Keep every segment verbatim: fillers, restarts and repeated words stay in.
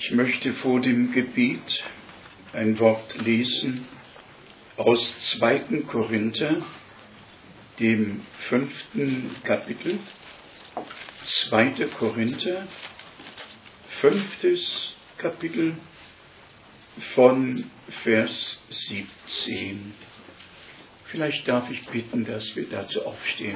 Ich möchte vor dem Gebet ein Wort lesen aus zweiten Korinther, dem fünften Kapitel. zweiter Korinther, fünftes Kapitel von Vers siebzehn. Vielleicht darf ich bitten, dass wir dazu aufstehen.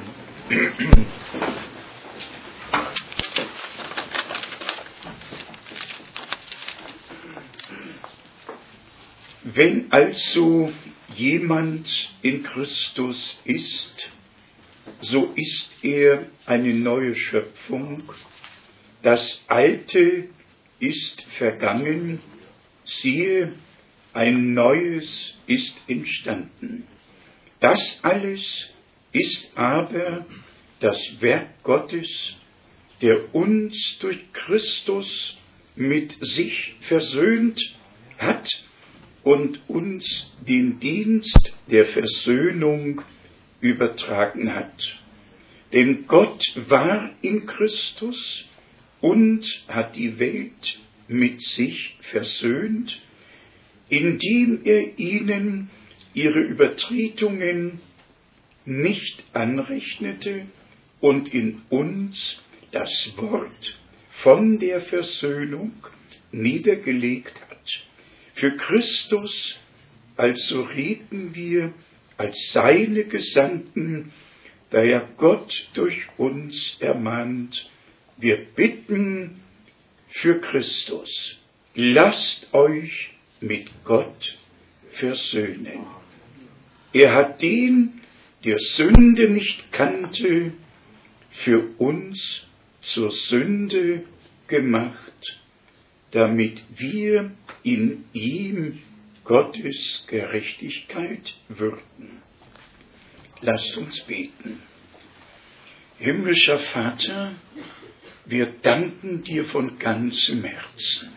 Wenn also jemand in Christus ist, so ist er eine neue Schöpfung. Das Alte ist vergangen, siehe, ein Neues ist entstanden. Das alles ist aber das Werk Gottes, der uns durch Christus mit sich versöhnt hat und uns den Dienst der Versöhnung übertragen hat. Denn Gott war in Christus und hat die Welt mit sich versöhnt, indem er ihnen ihre Übertretungen nicht anrechnete und in uns das Wort von der Versöhnung niedergelegt hat. Für Christus also reden wir als seine Gesandten, da ja Gott durch uns ermahnt. Wir bitten für Christus, lasst euch mit Gott versöhnen. Er hat den, der Sünde nicht kannte, für uns zur Sünde gemacht, damit wir in ihm Gottes Gerechtigkeit würden. Lasst uns beten. Himmlischer Vater, wir danken dir von ganzem Herzen,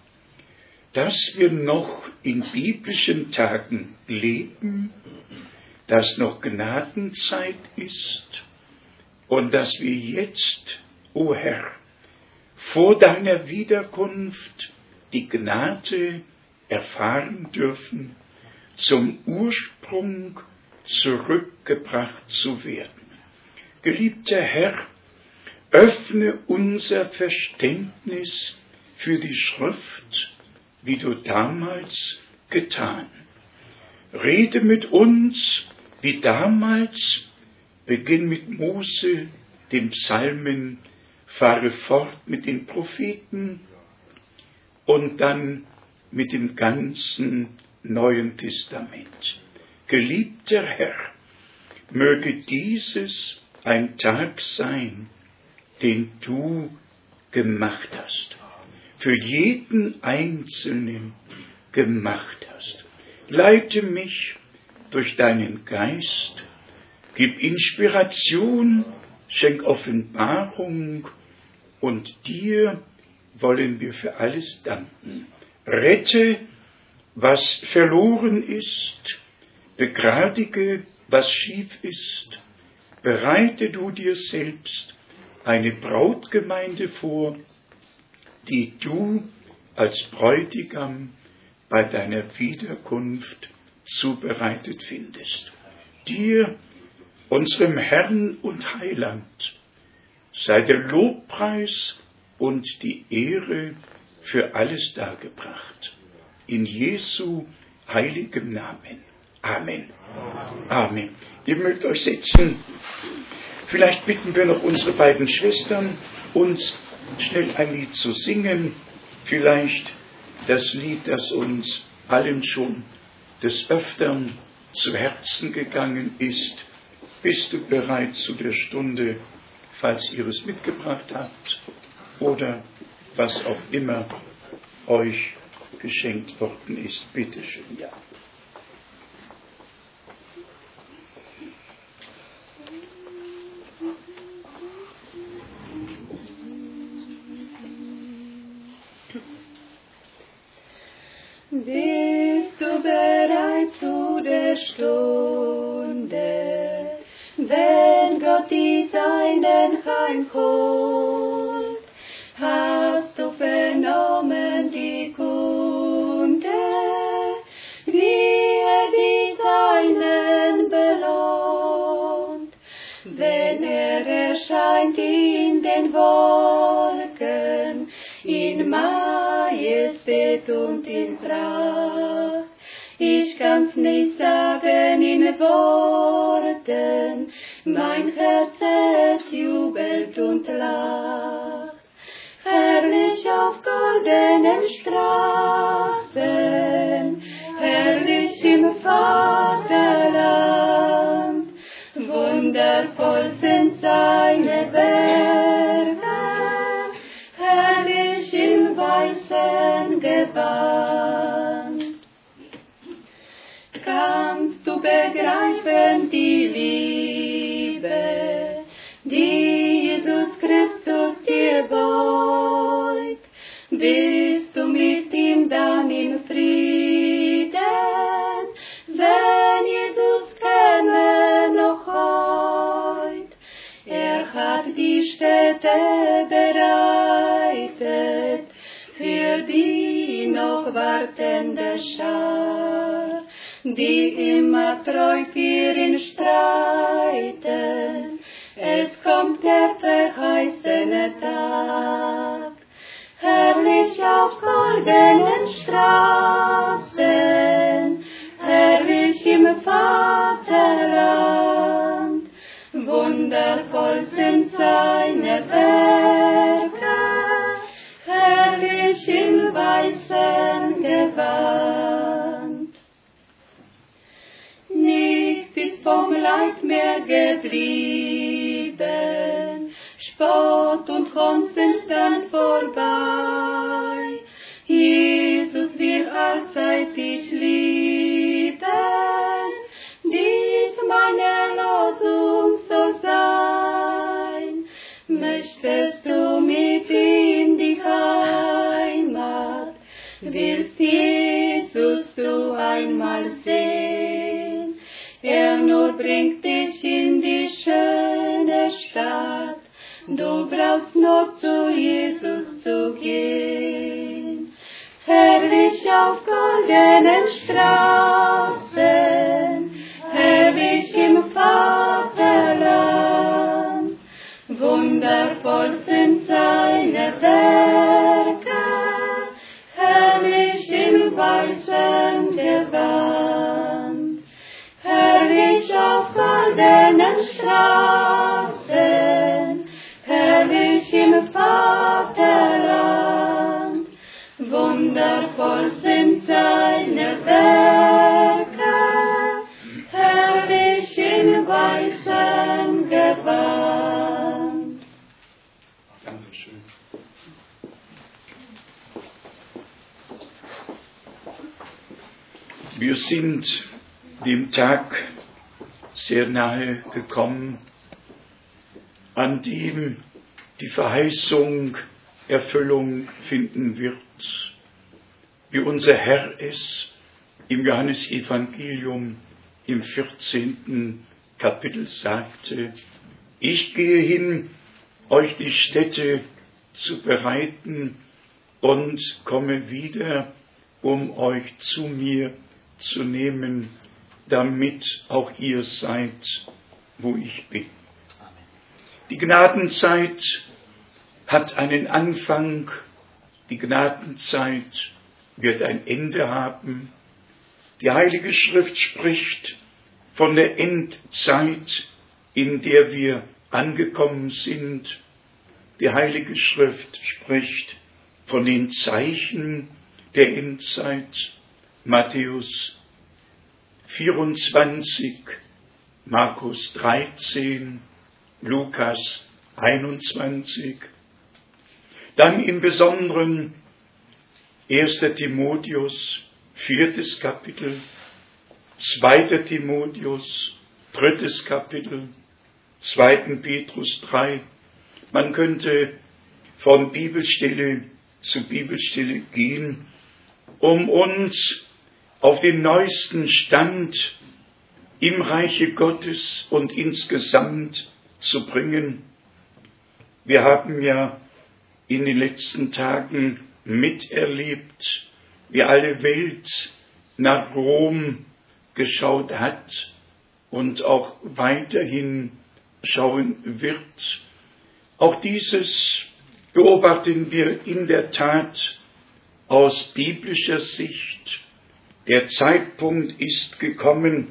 dass wir noch in biblischen Tagen leben, dass noch Gnadenzeit ist und dass wir jetzt, o Herr, vor deiner Wiederkunft die Gnade erfahren dürfen, zum Ursprung zurückgebracht zu werden. Geliebter Herr, öffne unser Verständnis für die Schrift, wie du damals getan. Rede mit uns wie damals, beginn mit Mose, den Psalmen, fahre fort mit den Propheten und dann mit dem ganzen Neuen Testament. Geliebter Herr, möge dieses ein Tag sein, den du gemacht hast, für jeden Einzelnen gemacht hast. Leite mich durch deinen Geist, gib Inspiration, schenk Offenbarung, und dir wollen wir für alles danken. Rette, was verloren ist, begradige, was schief ist, bereite du dir selbst eine Brautgemeinde vor, die du als Bräutigam bei deiner Wiederkunft zubereitet findest. Dir, unserem Herrn und Heiland, sei der Lobpreis und die Ehre für alles dargebracht. In Jesu heiligem Namen. Amen. Amen. Ihr mögt euch setzen. Vielleicht bitten wir noch unsere beiden Schwestern, uns schnell ein Lied zu singen. Vielleicht das Lied, das uns allen schon des Öfteren zu Herzen gegangen ist. Bist du bereit zu der Stunde, falls ihr es mitgebracht habt, oder was auch immer euch geschenkt worden ist? Bitte schön, ja. Bist du bereit zu der Stunde, wenn Gott die Seinen heimholt? Hast du vernommen die den Wolken, in Majestät und in Pracht. Ich kann's nicht sagen in Worten, mein Herz es jubelt und lacht. Herrlich auf goldenen Straßen, herrlich im Vaterland, wundervoll sind seine Werke, herrlich im weißen Gewand. Kannst du begreifen die Liebe, die Jesus Christus dir beut? Bist du mit ihm dann im Frieden, wenn Jesus käme noch heut? Er hat die Städte bereitet für die noch wartende Schar, die immer treu für ihn streiten. Es kommt der verheißene Tag, herrlich auf goldenen Straßen, herrlich im Vaterland, wundervoll sind seine Werke, herrlich im weißen Gewand. Nichts ist vom Leid mehr geblieben, Spott und Hohn sind dann vorbei. Jesus will allzeit dich lieben, dies meine Losung soll sein. Möchtest du mit in die Heimat, willst Jesus du einmal sehen? Er nur bringt dich in die schöne Stadt, du brauchst nur zu Jesus zu gehen. Herrlich auf goldenen Straßen, herrlich im Vaterland, wundervoll sind seine Werke, herrlich im weißen Gewand. Herrlich auf goldenen Straßen, herrlich im Vaterland, wundervoll sind seine Werke, herrlich im weißen Gewand. Dankeschön. Wir sind dem Tag sehr nahe gekommen, an dem die Verheißung Erfüllung finden wird, wie unser Herr es im Johannesevangelium im vierzehnten Kapitel sagte: Ich gehe hin, euch die Stätte zu bereiten und komme wieder, um euch zu mir zu nehmen, damit auch ihr seid, wo ich bin. Die Gnadenzeit hat einen Anfang, die Gnadenzeit wird ein Ende haben. Die Heilige Schrift spricht von der Endzeit, in der wir angekommen sind. Die Heilige Schrift spricht von den Zeichen der Endzeit. Matthäus vierundzwanzig, Markus dreizehn, Lukas einundzwanzig. Dann im Besonderen erster Timotheus, viertes Kapitel, zweiter Timotheus, drittes Kapitel, zweiten Petrus drei. Man könnte von Bibelstelle zu Bibelstelle gehen, um uns auf den neuesten Stand im Reiche Gottes und insgesamt zu bringen. Wir haben ja in den letzten Tagen miterlebt, wie alle Welt nach Rom geschaut hat und auch weiterhin schauen wird. Auch dieses beobachten wir in der Tat aus biblischer Sicht. Der Zeitpunkt ist gekommen,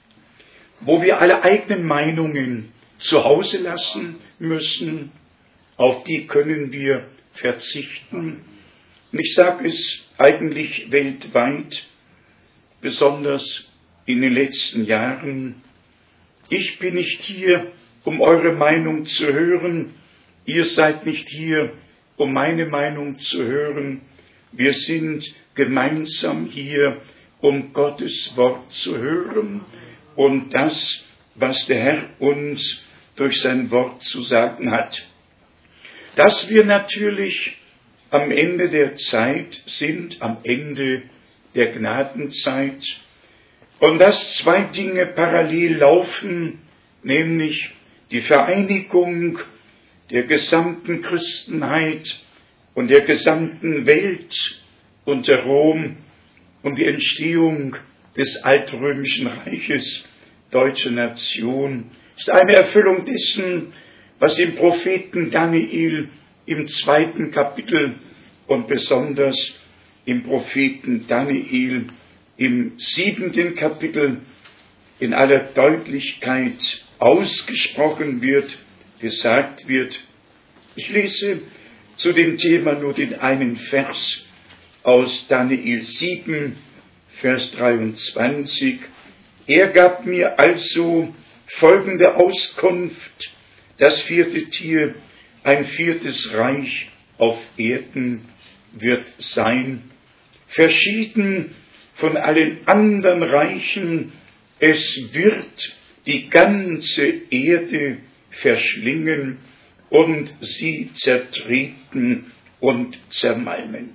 wo wir alle eigenen Meinungen zu Hause lassen müssen. Auf die können wir verzichten. Und ich sage es eigentlich weltweit, besonders in den letzten Jahren. Ich bin nicht hier, um eure Meinung zu hören. Ihr seid nicht hier, um meine Meinung zu hören. Wir sind gemeinsam hier, um Gottes Wort zu hören und das, was der Herr uns durch sein Wort zu sagen hat. Dass wir natürlich am Ende der Zeit sind, am Ende der Gnadenzeit, und dass zwei Dinge parallel laufen, nämlich die Vereinigung der gesamten Christenheit und der gesamten Welt unter Rom und die Entstehung des altrömischen Reiches, deutsche Nation, ist eine Erfüllung dessen, was im Propheten Daniel im zweiten Kapitel und besonders im Propheten Daniel im siebenten Kapitel in aller Deutlichkeit ausgesprochen wird, gesagt wird. Ich lese zu dem Thema nur den einen Vers aus Daniel sieben, Vers dreiundzwanzig. Er gab mir also folgende Auskunft: Das vierte Tier, ein viertes Reich auf Erden wird sein, verschieden von allen anderen Reichen. Es wird die ganze Erde verschlingen und sie zertreten und zermalmen.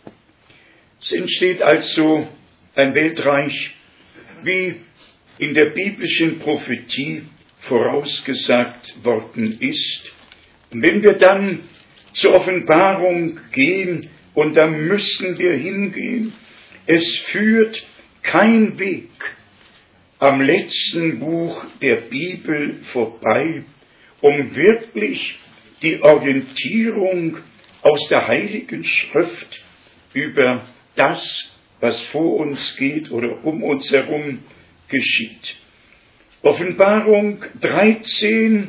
Es entsteht also ein Weltreich, wie in der biblischen Prophetie vorausgesagt worden ist. Und wenn wir dann zur Offenbarung gehen, und da müssen wir hingehen, es führt kein Weg am letzten Buch der Bibel vorbei, um wirklich die Orientierung aus der Heiligen Schrift über das, was vor uns geht oder um uns herum geschieht. Offenbarung dreizehn,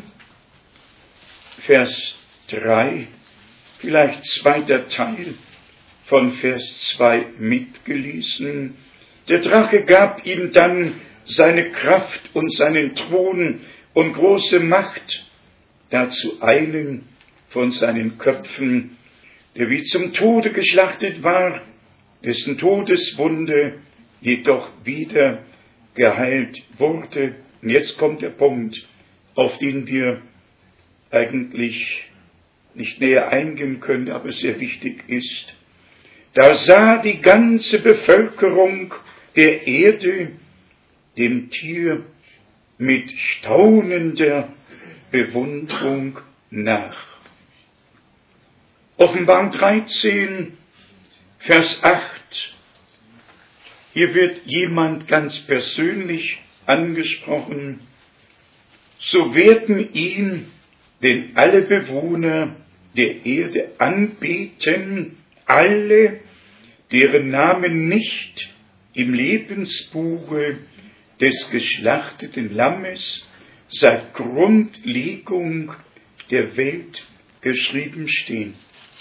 Vers drei, vielleicht zweiter Teil von Vers zwei mitgelesen. Der Drache gab ihm dann seine Kraft und seinen Thron und große Macht, dazu einen von seinen Köpfen, der wie zum Tode geschlachtet war, dessen Todeswunde jedoch wieder geheilt wurde. Und jetzt kommt der Punkt, auf den wir eigentlich nicht näher eingehen können, aber sehr wichtig ist. Da sah die ganze Bevölkerung der Erde dem Tier mit staunender Bewunderung nach. Offenbarung dreizehn, Vers acht. Hier wird jemand ganz persönlich angesprochen. So werden ihn denn alle Bewohner der Erde anbeten, alle, deren Namen nicht im Lebensbuche des geschlachteten Lammes seit Grundlegung der Welt geschrieben stehen.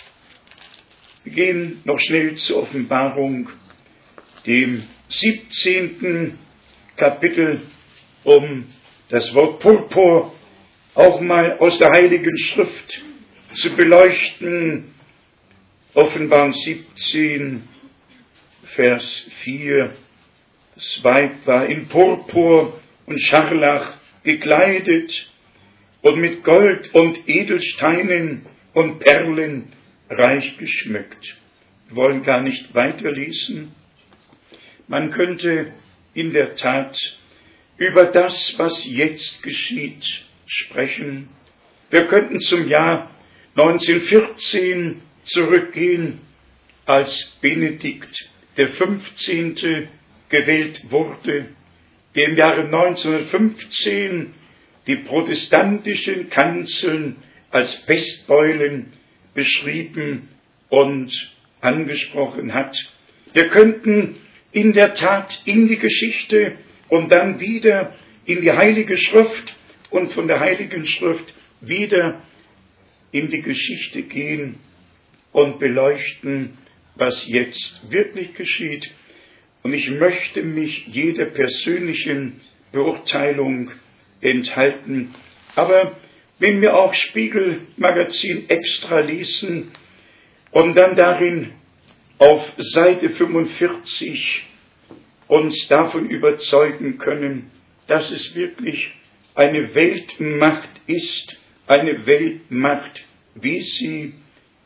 Wir gehen noch schnell zur Offenbarung, dem siebzehnten Kapitel, um das Wort Purpur auch mal aus der Heiligen Schrift zu beleuchten. Offenbarung siebzehn, Vers vier. Das Weib war in Purpur und Scharlach gekleidet und mit Gold und Edelsteinen und Perlen reich geschmückt. Wir wollen gar nicht weiterlesen. Man könnte in der Tat über das, was jetzt geschieht, sprechen. Wir könnten zum Jahr neunzehnhundertvierzehn zurückgehen, als Benedikt der fünfzehnte gewählt wurde, der im Jahre neunzehnhundertfünfzehn die protestantischen Kanzeln als Pestbeulen beschrieben und angesprochen hat. Wir könnten in der Tat in die Geschichte und dann wieder in die Heilige Schrift und von der Heiligen Schrift wieder in die Geschichte gehen und beleuchten, was jetzt wirklich geschieht. Und ich möchte mich jeder persönlichen Beurteilung enthalten. Aber wenn wir auch Spiegelmagazin extra lesen und dann darin auf Seite fünfundvierzig uns davon überzeugen können, dass es wirklich eine Weltmacht ist, eine Weltmacht, wie sie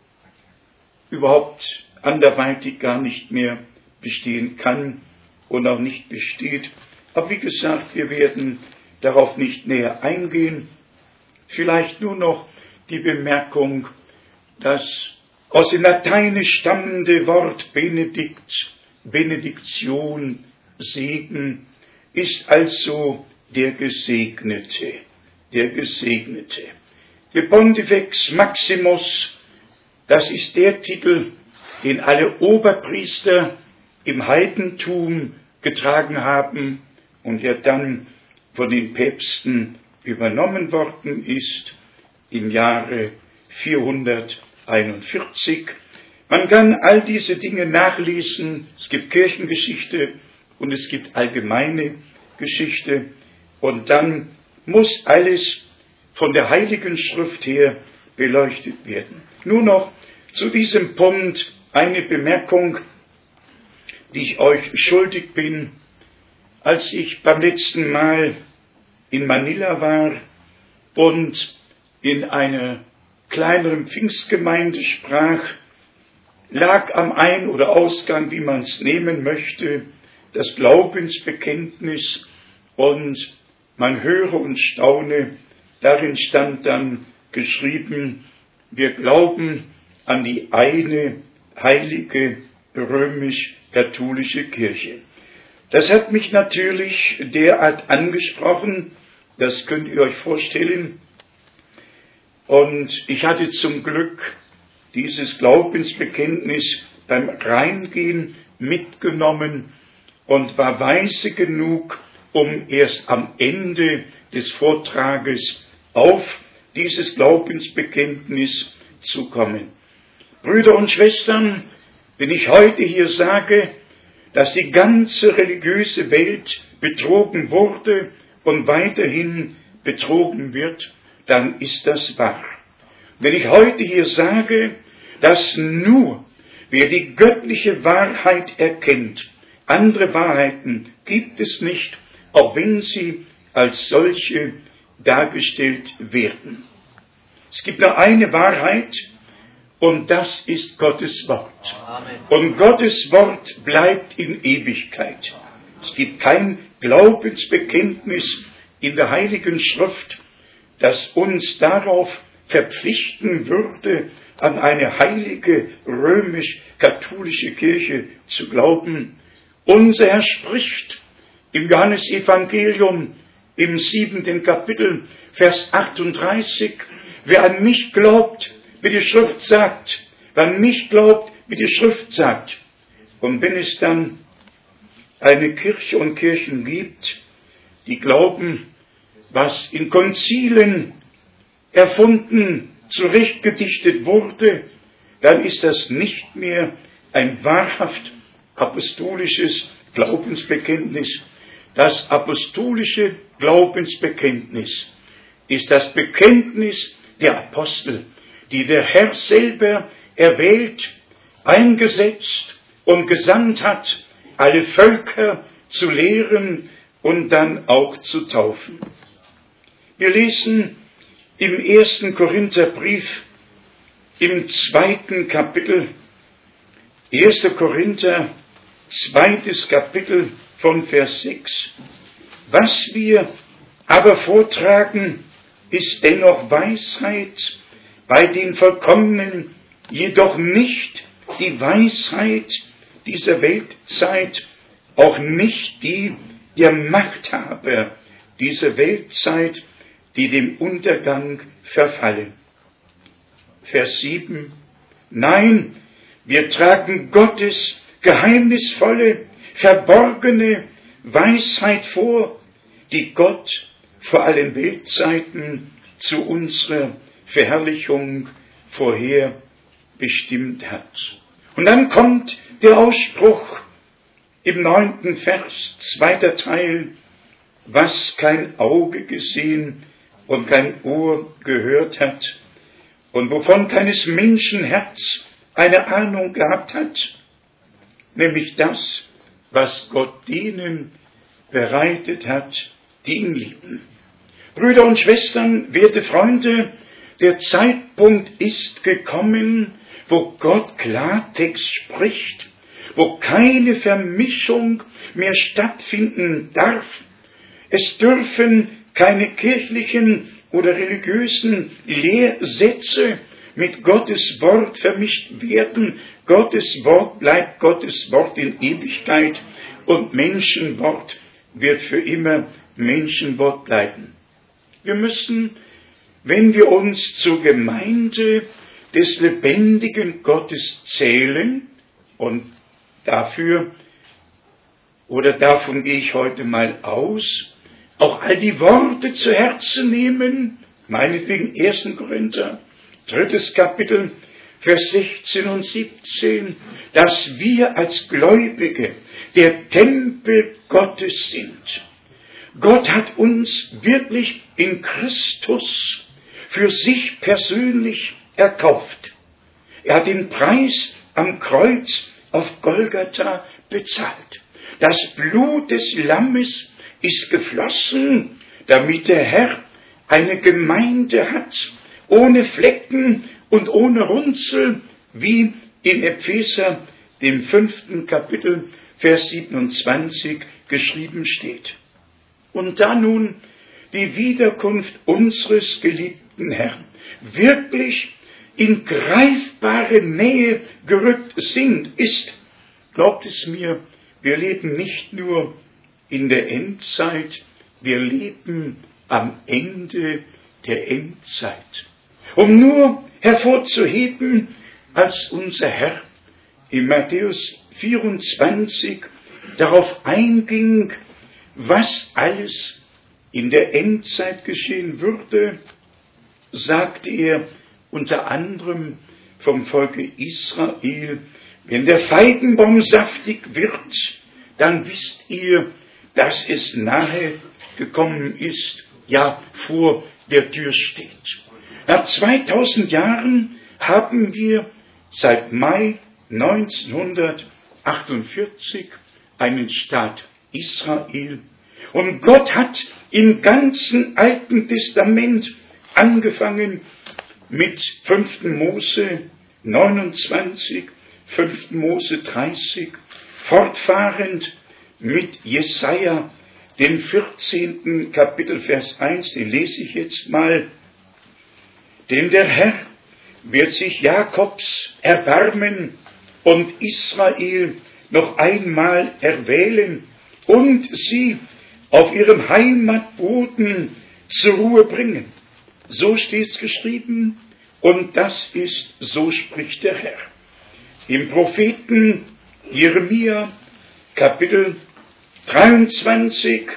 überhaupt anderweitig gar nicht mehr bestehen kann und auch nicht besteht. Aber wie gesagt, wir werden darauf nicht näher eingehen. Vielleicht nur noch die Bemerkung, das aus dem Lateinisch stammende Wort Benedikt, Benediktion, Segen, ist also der Gesegnete, der Gesegnete. De Pontifex Maximus, das ist der Titel, den alle Oberpriester im Heidentum getragen haben und der dann von den Päpsten übernommen worden ist im Jahre vierhunderteinundvierzig. Man kann all diese Dinge nachlesen. Es gibt Kirchengeschichte und es gibt allgemeine Geschichte. Und dann muss alles von der Heiligen Schrift her beleuchtet werden. Nur noch zu diesem Punkt eine Bemerkung, die ich euch schuldig bin. Als ich beim letzten Mal in Manila war und in einer kleineren Pfingstgemeinde sprach, lag am Ein- oder Ausgang, wie man es nehmen möchte, das Glaubensbekenntnis und man höre und staune, darin stand dann geschrieben, wir glauben an die eine heilige römisch-katholische Kirche. Das hat mich natürlich derart angesprochen, das könnt ihr euch vorstellen. Und ich hatte zum Glück dieses Glaubensbekenntnis beim Reingehen mitgenommen und war weise genug, um erst am Ende des Vortrages auf dieses Glaubensbekenntnis zu kommen. Brüder und Schwestern, wenn ich heute hier sage, dass die ganze religiöse Welt betrogen wurde und weiterhin betrogen wird, dann ist das wahr. Wenn ich heute hier sage, dass nur wer die göttliche Wahrheit erkennt, andere Wahrheiten gibt es nicht, auch wenn sie als solche dargestellt werden. Es gibt nur eine Wahrheit, und das ist Gottes Wort. Amen. Und Gottes Wort bleibt in Ewigkeit. Es gibt kein Glaubensbekenntnis in der Heiligen Schrift, das uns darauf verpflichten würde, an eine heilige römisch-katholische Kirche zu glauben. Unser Herr spricht im Johannesevangelium im siebenten Kapitel, Vers achtunddreißig, wer an mich glaubt, wie die Schrift sagt, wer an mich glaubt, wie die Schrift sagt. Und wenn es dann eine Kirche und Kirchen gibt, die glauben, was in Konzilen erfunden, zurechtgedichtet wurde, dann ist das nicht mehr ein wahrhaft apostolisches Glaubensbekenntnis. Das apostolische Glaubensbekenntnis ist das Bekenntnis der Apostel, die der Herr selber erwählt, eingesetzt und gesandt hat, alle Völker zu lehren und dann auch zu taufen. Wir lesen im ersten Korintherbrief im zweiten Kapitel, erster Korinther, zweites Kapitel von Vers sechs. Was wir aber vortragen, ist dennoch Weisheit bei den Vollkommenen, jedoch nicht die Weisheit dieser Weltzeit, auch nicht die der Machthaber dieser Weltzeit, die dem Untergang verfallen. Vers sieben. Nein, wir tragen Gottes geheimnisvolle, verborgene Weisheit vor, die Gott vor allen Weltzeiten zu unserer Verherrlichung vorher bestimmt hat. Und dann kommt der Ausspruch im neunten Vers, zweiter Teil, was kein Auge gesehen und kein Ohr gehört hat und wovon keines Menschen Herz eine Ahnung gehabt hat, nämlich das, was Gott denen bereitet hat, die ihn lieben. Brüder und Schwestern, werte Freunde, der Zeitpunkt ist gekommen, wo Gott Klartext spricht, wo keine Vermischung mehr stattfinden darf. Es dürfen keine kirchlichen oder religiösen Lehrsätze mit Gottes Wort vermischt werden. Gottes Wort bleibt Gottes Wort in Ewigkeit und Menschenwort wird für immer Menschenwort bleiben. Wir müssen, wenn wir uns zur Gemeinde des lebendigen Gottes zählen, und dafür oder davon gehe ich heute mal aus, auch all die Worte zu Herzen nehmen, meinetwegen ersten Korinther, drittes Kapitel, Vers sechzehn und siebzehn, dass wir als Gläubige der Tempel Gottes sind. Gott hat uns wirklich in Christus für sich persönlich erkauft. Er hat den Preis am Kreuz auf Golgatha bezahlt. Das Blut des Lammes ist geflossen, damit der Herr eine Gemeinde hat, ohne Flecken und ohne Runzel, wie in Epheser, dem fünften Kapitel, Vers siebenundzwanzig geschrieben steht. Und da nun die Wiederkunft unseres geliebten Herrn wirklich in greifbare Nähe gerückt sind, ist, glaubt es mir, wir leben nicht nur in der Endzeit, wir leben am Ende der Endzeit. Um nur hervorzuheben, als unser Herr in Matthäus vierundzwanzig darauf einging, was alles in der Endzeit geschehen würde, sagte er unter anderem vom Volke Israel, wenn der Feigenbaum saftig wird, dann wisst ihr, dass es nahe gekommen ist, ja, vor der Tür steht. Nach zweitausend Jahren haben wir seit Mai neunzehnhundertachtundvierzig einen Staat Israel. Und Gott hat im ganzen Alten Testament angefangen mit fünften Mose neunundzwanzig, fünften Mose dreißig, fortfahrend mit Jesaja, dem vierzehnten Kapitel, Vers eins, den lese ich jetzt mal. Denn der Herr wird sich Jakobs erbarmen und Israel noch einmal erwählen und sie auf ihrem Heimatboden zur Ruhe bringen. So steht es geschrieben und das ist, so spricht der Herr. Im Propheten Jeremia, Kapitel dreiundzwanzig,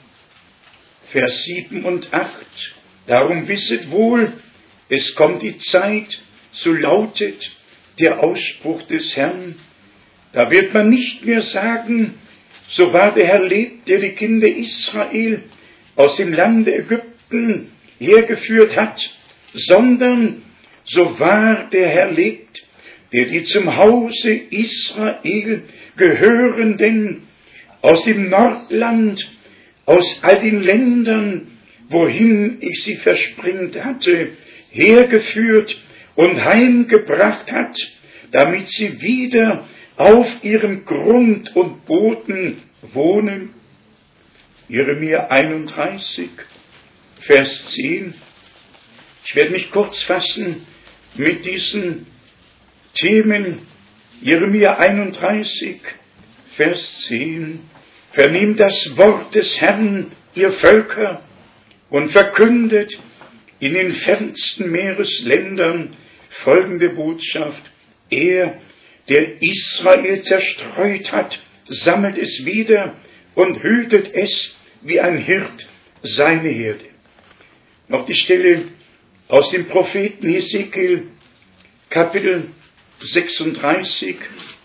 Vers sieben und acht. Darum wisset wohl, es kommt die Zeit, so lautet der Ausspruch des Herrn. Da wird man nicht mehr sagen, so wahr der Herr lebt, der die Kinder Israel aus dem Lande Ägypten hergeführt hat, sondern so wahr der Herr lebt, der die zum Hause Israel gehörenden aus dem Nordland, aus all den Ländern, wohin ich sie verspringt hatte, hergeführt und heimgebracht hat, damit sie wieder auf ihrem Grund und Boden wohnen. Jeremia einunddreißig, Vers zehn. Ich werde mich kurz fassen mit diesen Themen. Jeremia einunddreißig, Vers zehn. Vernehmt das Wort des Herrn, ihr Völker, und verkündet in den fernsten Meeresländern, folgende Botschaft: Er, der Israel zerstreut hat, sammelt es wieder und hütet es wie ein Hirt seine Herde. Noch die Stelle aus dem Propheten Hesekiel, Kapitel sechsunddreißig,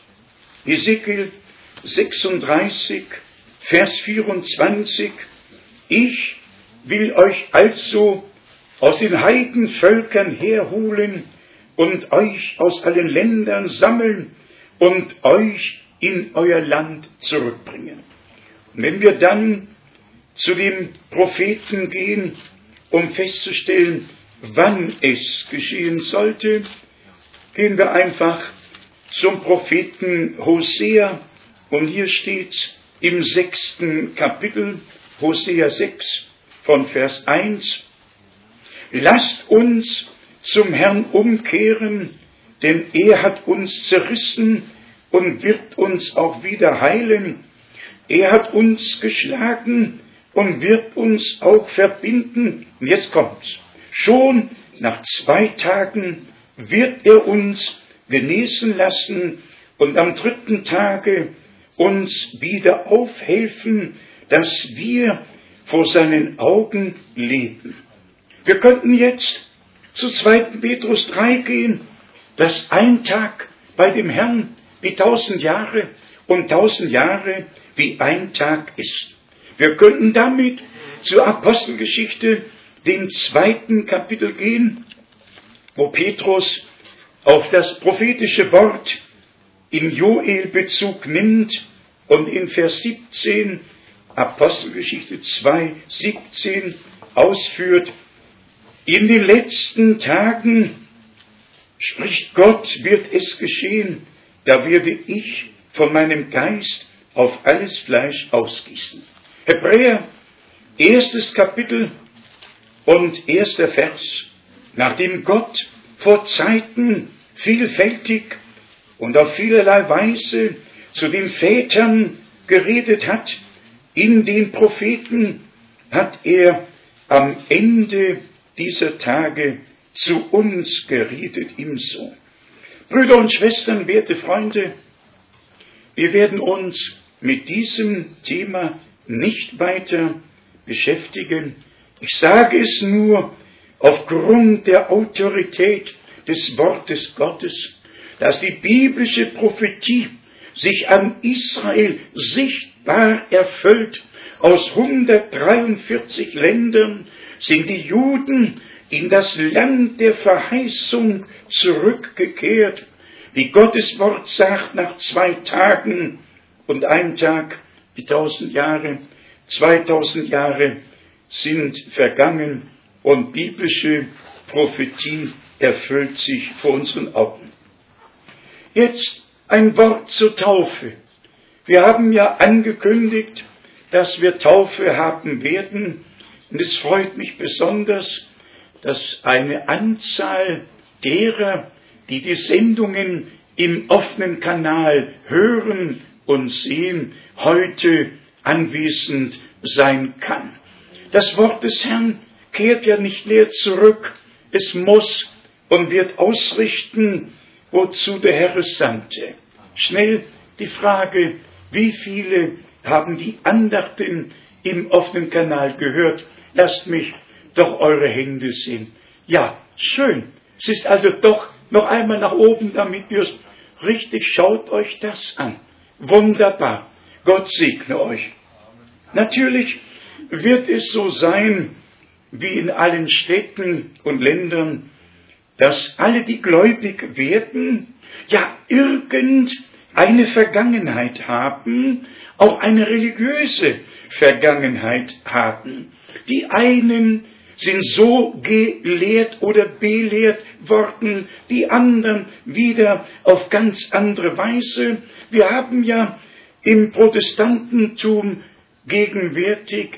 Hesekiel sechsunddreißig, Vers vierundzwanzig. Ich will euch also aus den Heidenvölkern herholen und euch aus allen Ländern sammeln und euch in euer Land zurückbringen. Und wenn wir dann zu dem Propheten gehen, um festzustellen, wann es geschehen sollte, gehen wir einfach zum Propheten Hosea, und hier steht im sechsten Kapitel, Hosea sechs, von Vers eins, lasst uns zum Herrn umkehren, denn er hat uns zerrissen und wird uns auch wieder heilen. Er hat uns geschlagen und wird uns auch verbinden. Und jetzt kommt's. Schon nach zwei Tagen wird er uns genesen lassen und am dritten Tage uns wieder aufhelfen, dass wir vor seinen Augen leben. Wir könnten jetzt zu zweiten Petrus drei gehen, dass ein Tag bei dem Herrn wie tausend Jahre und tausend Jahre wie ein Tag ist. Wir könnten damit zur Apostelgeschichte, dem zweiten Kapitel gehen, wo Petrus auf das prophetische Wort in Joel Bezug nimmt und in Vers siebzehn, Apostelgeschichte zwei, siebzehn ausführt, in den letzten Tagen, spricht Gott, wird es geschehen, da werde ich von meinem Geist auf alles Fleisch ausgießen. Hebräer, erstes Kapitel und erster Vers. Nachdem Gott vor Zeiten vielfältig und auf vielerlei Weise zu den Vätern geredet hat, in den Propheten, hat er am Ende dieser Tage zu uns geredet im Sohn. Brüder und Schwestern, werte Freunde, wir werden uns mit diesem Thema nicht weiter beschäftigen. Ich sage es nur aufgrund der Autorität des Wortes Gottes, dass die biblische Prophetie sich an Israel sichtbar erfüllt. Aus hundertdreiundvierzig Ländern sind die Juden in das Land der Verheißung zurückgekehrt. Wie Gottes Wort sagt, nach zwei Tagen und ein Tag wie tausend Jahre, zweitausend Jahre sind vergangen und biblische Prophetie erfüllt sich vor unseren Augen. Jetzt ein Wort zur Taufe. Wir haben ja angekündigt, dass wir Taufe haben werden. Und es freut mich besonders, dass eine Anzahl derer, die die Sendungen im offenen Kanal hören und sehen, heute anwesend sein kann. Das Wort des Herrn kehrt ja nicht leer zurück. Es muss und wird ausrichten, wozu der Herr es sandte. Schnell die Frage, wie viele haben die Andachten im offenen Kanal gehört? Lasst mich doch eure Hände sehen. Ja, schön. Es ist also doch noch einmal nach oben, damit ihr es richtig, schaut euch das an. Wunderbar. Gott segne euch. Natürlich wird es so sein, wie in allen Städten und Ländern, dass alle, die gläubig werden, ja irgendeine Vergangenheit haben, auch eine religiöse Vergangenheit haben. Die einen sind so gelehrt oder belehrt worden, die anderen wieder auf ganz andere Weise. Wir haben ja im Protestantentum gegenwärtig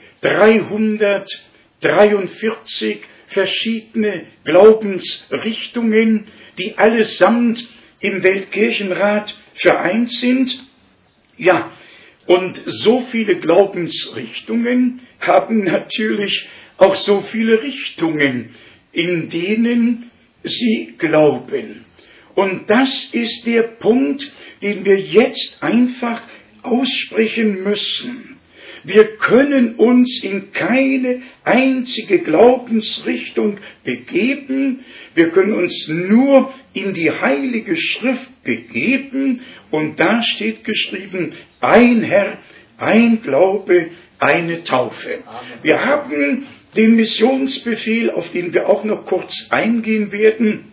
dreihundertdreiundvierzig verschiedene Glaubensrichtungen, die allesamt im Weltkirchenrat vereint sind. Ja, und so viele Glaubensrichtungen haben natürlich auch so viele Richtungen, in denen sie glauben. Und das ist der Punkt, den wir jetzt einfach aussprechen müssen. Wir können uns in keine einzige Glaubensrichtung begeben. Wir können uns nur in die Heilige Schrift begeben. Und da steht geschrieben, ein Herr, ein Glaube, eine Taufe. Wir haben den Missionsbefehl, auf den wir auch noch kurz eingehen werden.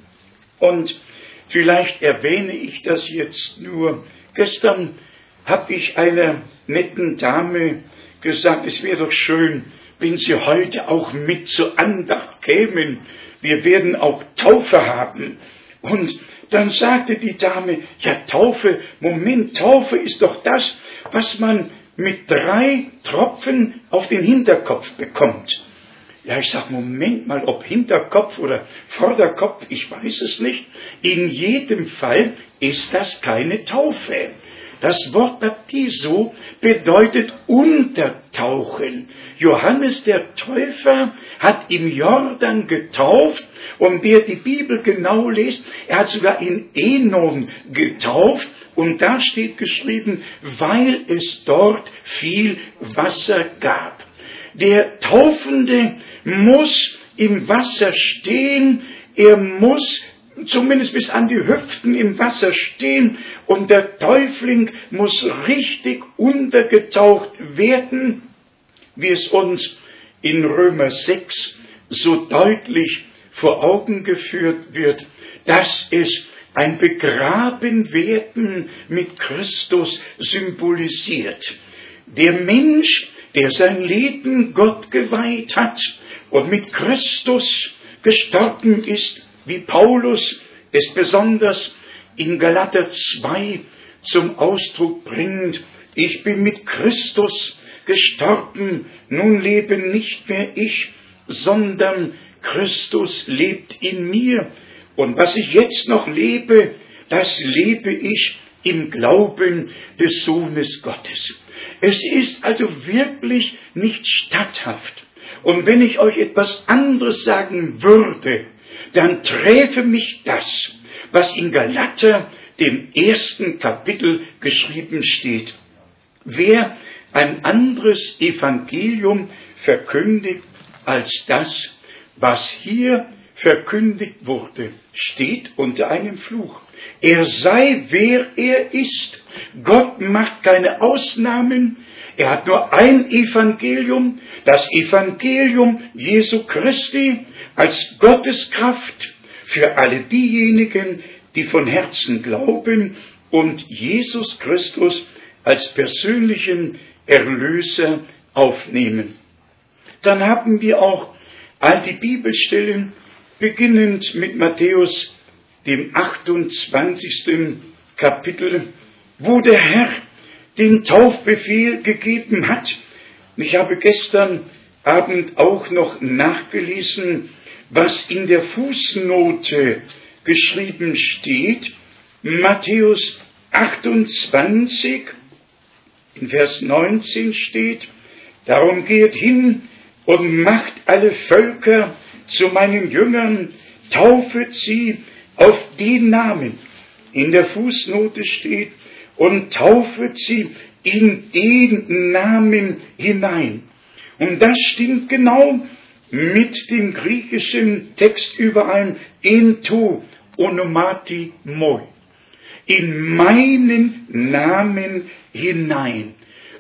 Und vielleicht erwähne ich das jetzt nur. Gestern habe ich einer netten Dame gesagt, es wäre doch schön, wenn Sie heute auch mit zur Andacht kämen. Wir werden auch Taufe haben. Und dann sagte die Dame, ja Taufe, Moment, Taufe ist doch das, was man mit drei Tropfen auf den Hinterkopf bekommt. Ja, ich sage, Moment mal, ob Hinterkopf oder Vorderkopf, ich weiß es nicht. In jedem Fall ist das keine Taufe. Das Wort Baptizo bedeutet untertauchen. Johannes der Täufer hat im Jordan getauft und wer die Bibel genau liest, er hat sogar in Enon getauft und da steht geschrieben, weil es dort viel Wasser gab. Der Taufende muss im Wasser stehen, er muss zumindest bis an die Hüften im Wasser stehen und der Täufling muss richtig untergetaucht werden, wie es uns in Römer sechs so deutlich vor Augen geführt wird, dass es ein Begrabenwerden mit Christus symbolisiert. Der Mensch, der sein Leben Gott geweiht hat und mit Christus gestorben ist, wie Paulus es besonders in Galater zwei zum Ausdruck bringt, ich bin mit Christus gestorben, nun lebe nicht mehr ich, sondern Christus lebt in mir. Und was ich jetzt noch lebe, das lebe ich im Glauben des Sohnes Gottes. Es ist also wirklich nicht statthaft. Und wenn ich euch etwas anderes sagen würde, dann träfe mich das, was in Galater, dem ersten Kapitel, geschrieben steht. Wer ein anderes Evangelium verkündigt als das, was hier verkündigt wurde, steht unter einem Fluch. Er sei, wer er ist. Gott macht keine Ausnahmen. Er hat nur ein Evangelium, das Evangelium Jesu Christi, als Gottes Kraft für alle diejenigen, die von Herzen glauben und Jesus Christus als persönlichen Erlöser aufnehmen. Dann haben wir auch all die Bibelstellen, beginnend mit Matthäus, dem achtundzwanzigsten Kapitel, wo der Herr den Taufbefehl gegeben hat. Ich habe gestern Abend auch noch nachgelesen, was in der Fußnote geschrieben steht. Matthäus achtundzwanzig, in Vers neunzehn steht, darum geht hin und macht alle Völker zu meinen Jüngern, taufet sie auf den Namen. In der Fußnote steht, und taufet sie in den Namen hinein. Und das stimmt genau mit dem griechischen Text überein, en to onomati moi. In meinen Namen hinein.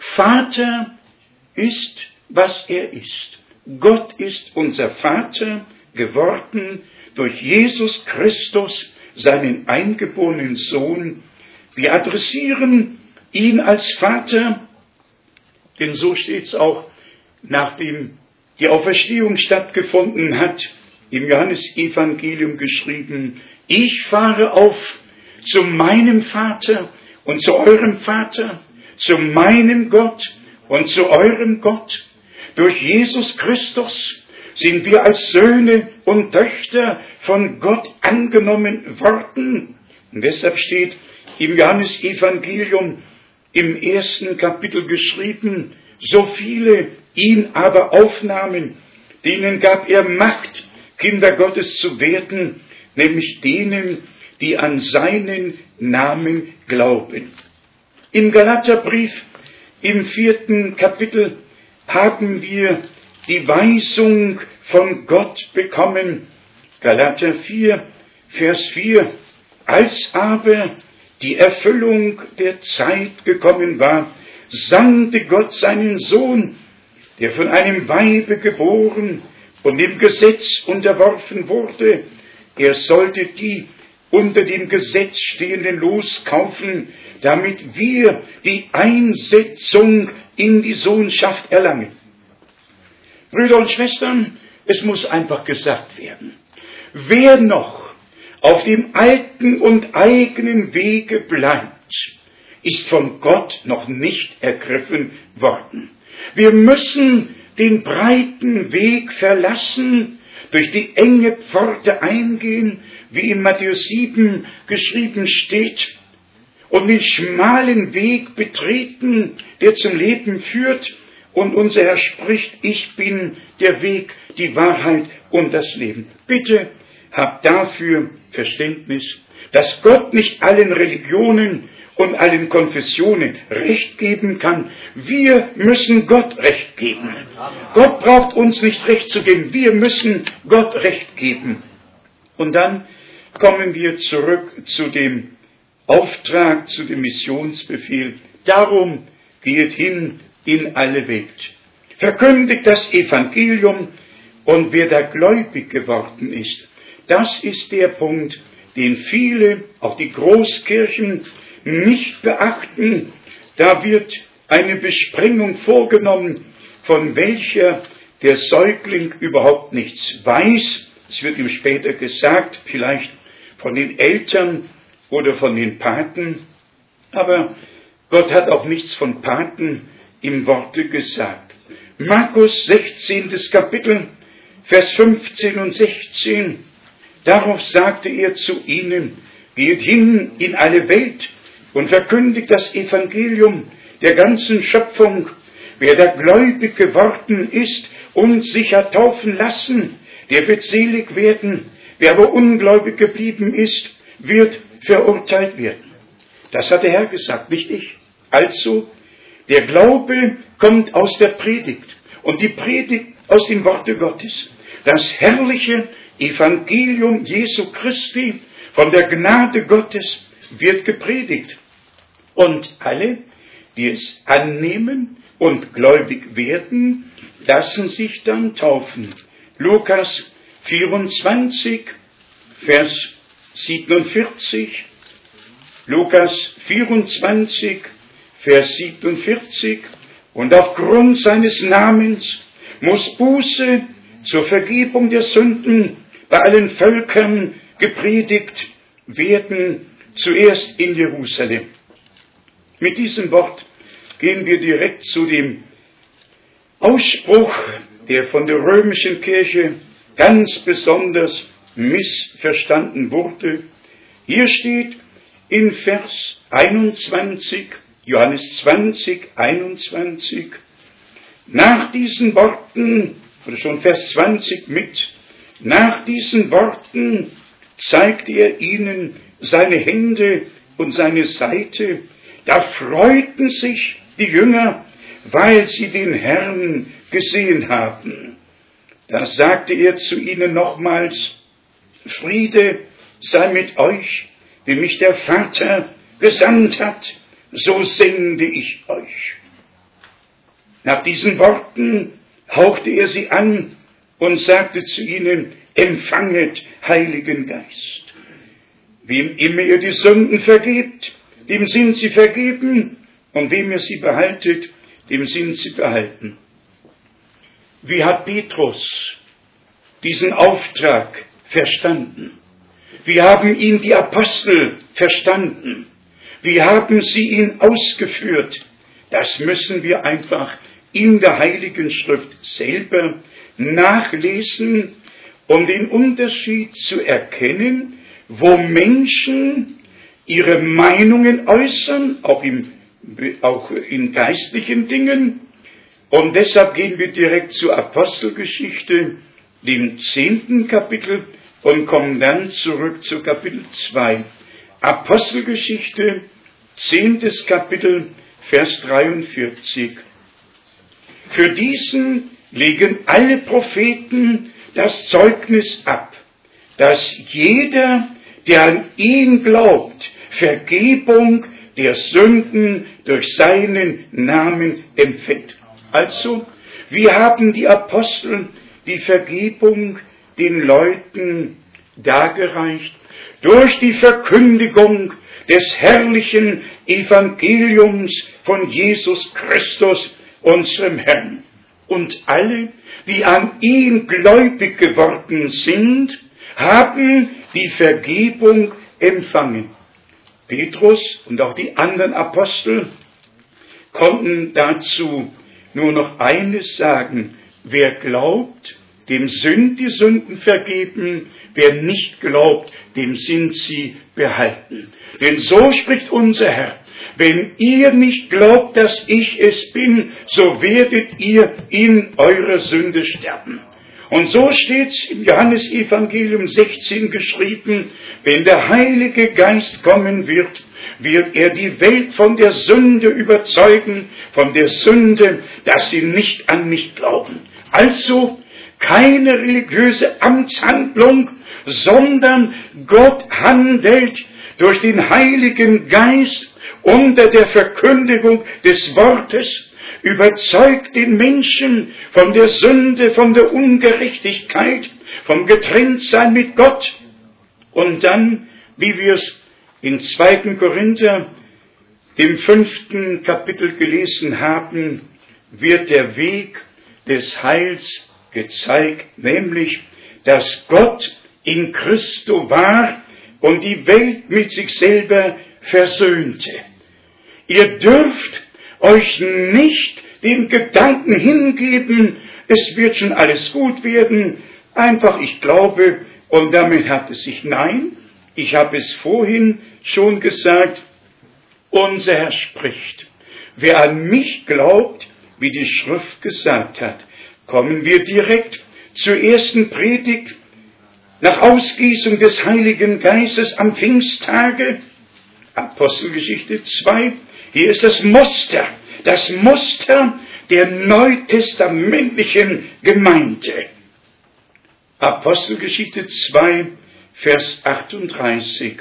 Vater ist, was er ist. Gott ist unser Vater geworden durch Jesus Christus, seinen eingeborenen Sohn. Wir adressieren ihn als Vater, denn so steht es auch, nachdem die Auferstehung stattgefunden hat, im Johannesevangelium geschrieben, ich fahre auf zu meinem Vater und zu eurem Vater, zu meinem Gott und zu eurem Gott. Durch Jesus Christus sind wir als Söhne und Töchter von Gott angenommen worden. Und deshalb steht im Johannesevangelium im ersten Kapitel geschrieben, so viele ihn aber aufnahmen, denen gab er Macht, Kinder Gottes zu werden, nämlich denen, die an seinen Namen glauben. Im Galaterbrief, im vierten Kapitel, haben wir die Weisung von Gott bekommen. Galater vier, Vers vier. Als aber die Erfüllung der Zeit gekommen war, sandte Gott seinen Sohn, der von einem Weibe geboren und dem Gesetz unterworfen wurde. Er sollte die unter dem Gesetz stehenden loskaufen, damit wir die Einsetzung in die Sohnschaft erlangen. Brüder und Schwestern, es muss einfach gesagt werden, wer noch auf dem alten und eigenen Wege bleibt, ist von Gott noch nicht ergriffen worden. Wir müssen den breiten Weg verlassen, durch die enge Pforte eingehen, wie in Matthäus sieben geschrieben steht, und den schmalen Weg betreten, der zum Leben führt. Und unser Herr spricht, ich bin der Weg, die Wahrheit und das Leben. Bitte habt dafür Verständnis, dass Gott nicht allen Religionen und allen Konfessionen Recht geben kann. Wir müssen Gott Recht geben. Gott braucht uns nicht Recht zu geben. Wir müssen Gott Recht geben. Und dann kommen wir zurück zu dem Auftrag, zu dem Missionsbefehl. Darum geht hin in alle Welt. Verkündigt das Evangelium, und wer da gläubig geworden ist, das ist der Punkt, den viele, auch die Großkirchen, nicht beachten. Da wird eine Besprengung vorgenommen, von welcher der Säugling überhaupt nichts weiß. Es wird ihm später gesagt, vielleicht von den Eltern oder von den Paten. Aber Gott hat auch nichts von Paten im Worte gesagt. Markus sechzehntes Kapitel, Vers fünfzehn und sechzehn. Darauf sagte er zu ihnen, geht hin in alle Welt und verkündigt das Evangelium der ganzen Schöpfung. Wer da gläubig geworden ist und sich hat taufen lassen, der wird selig werden. Wer aber ungläubig geblieben ist, wird verurteilt werden. Das hat der Herr gesagt, nicht ich. Also, der Glaube kommt aus der Predigt und die Predigt aus dem Worte Gottes. Das herrliche Evangelium Jesu Christi von der Gnade Gottes wird gepredigt. Und alle, die es annehmen und gläubig werden, lassen sich dann taufen. Lukas vierundzwanzig, Vers siebenundvierzig. Lukas vierundzwanzig, Vers siebenundvierzig. Und aufgrund seines Namens muss Buße zur Vergebung der Sünden bei allen Völkern gepredigt werden, zuerst in Jerusalem. Mit diesem Wort gehen wir direkt zu dem Ausspruch, der von der römischen Kirche ganz besonders missverstanden wurde. Hier steht in Vers einundzwanzig, Johannes zwanzig, einundzwanzig, nach diesen Worten, oder schon Vers zwanzig mit, nach diesen Worten zeigte er ihnen seine Hände und seine Seite. Da freuten sich die Jünger, weil sie den Herrn gesehen haben. Da sagte er zu ihnen nochmals, Friede sei mit euch, wie mich der Vater gesandt hat, so sende ich euch. Nach diesen Worten hauchte er sie an und sagte zu ihnen, empfanget Heiligen Geist. Wem immer ihr die Sünden vergebt, dem sind sie vergeben, und wem ihr sie behaltet, dem sind sie behalten. Wie hat Petrus diesen Auftrag verstanden? Wie haben ihn die Apostel verstanden? Wie haben sie ihn ausgeführt? Das müssen wir einfach in der Heiligen Schrift selber nachlesen, um den Unterschied zu erkennen, wo Menschen ihre Meinungen äußern, auch, im, auch in geistlichen Dingen. Und deshalb gehen wir direkt zur Apostelgeschichte, dem zehnten Kapitel, und kommen dann zurück zu Kapitel zwei. Apostelgeschichte, zehntes Kapitel, Vers dreiundvierzig. Für diesen legen alle Propheten das Zeugnis ab, dass jeder, der an ihn glaubt, Vergebung der Sünden durch seinen Namen empfängt. Also, wie haben die Apostel die Vergebung den Leuten dargereicht? Durch die Verkündigung des herrlichen Evangeliums von Jesus Christus, unserem Herrn. Und alle, die an ihn gläubig geworden sind, haben die Vergebung empfangen. Petrus und auch die anderen Apostel konnten dazu nur noch eines sagen: Wer glaubt, dem sind die Sünden vergeben, wer nicht glaubt, dem sind sie behalten. Denn so spricht unser Herr: Wenn ihr nicht glaubt, dass ich es bin, so werdet ihr in eurer Sünde sterben. Und so steht im Johannesevangelium sechzehn geschrieben: Wenn der Heilige Geist kommen wird, wird er die Welt von der Sünde überzeugen, von der Sünde, dass sie nicht an mich glauben. Also keine religiöse Amtshandlung, sondern Gott handelt durch den Heiligen Geist unter der Verkündigung des Wortes, überzeugt den Menschen von der Sünde, von der Ungerechtigkeit, vom Getrenntsein mit Gott. Und dann, wie wir es in zweiten Korinther, dem fünften Kapitel gelesen haben, wird der Weg des Heils gezeigt, nämlich, dass Gott in Christo war und die Welt mit sich selber versöhnte. Ihr dürft euch nicht dem Gedanken hingeben, es wird schon alles gut werden, einfach ich glaube und damit hat es sich. Nein, ich habe es vorhin schon gesagt, unser Herr spricht: Wer an mich glaubt, wie die Schrift gesagt hat. Kommen wir direkt zur ersten Predigt nach Ausgießung des Heiligen Geistes am Pfingsttage. Apostelgeschichte zwei. Hier ist das Muster, das Muster der neutestamentlichen Gemeinde. Apostelgeschichte zwei, Vers achtunddreißig.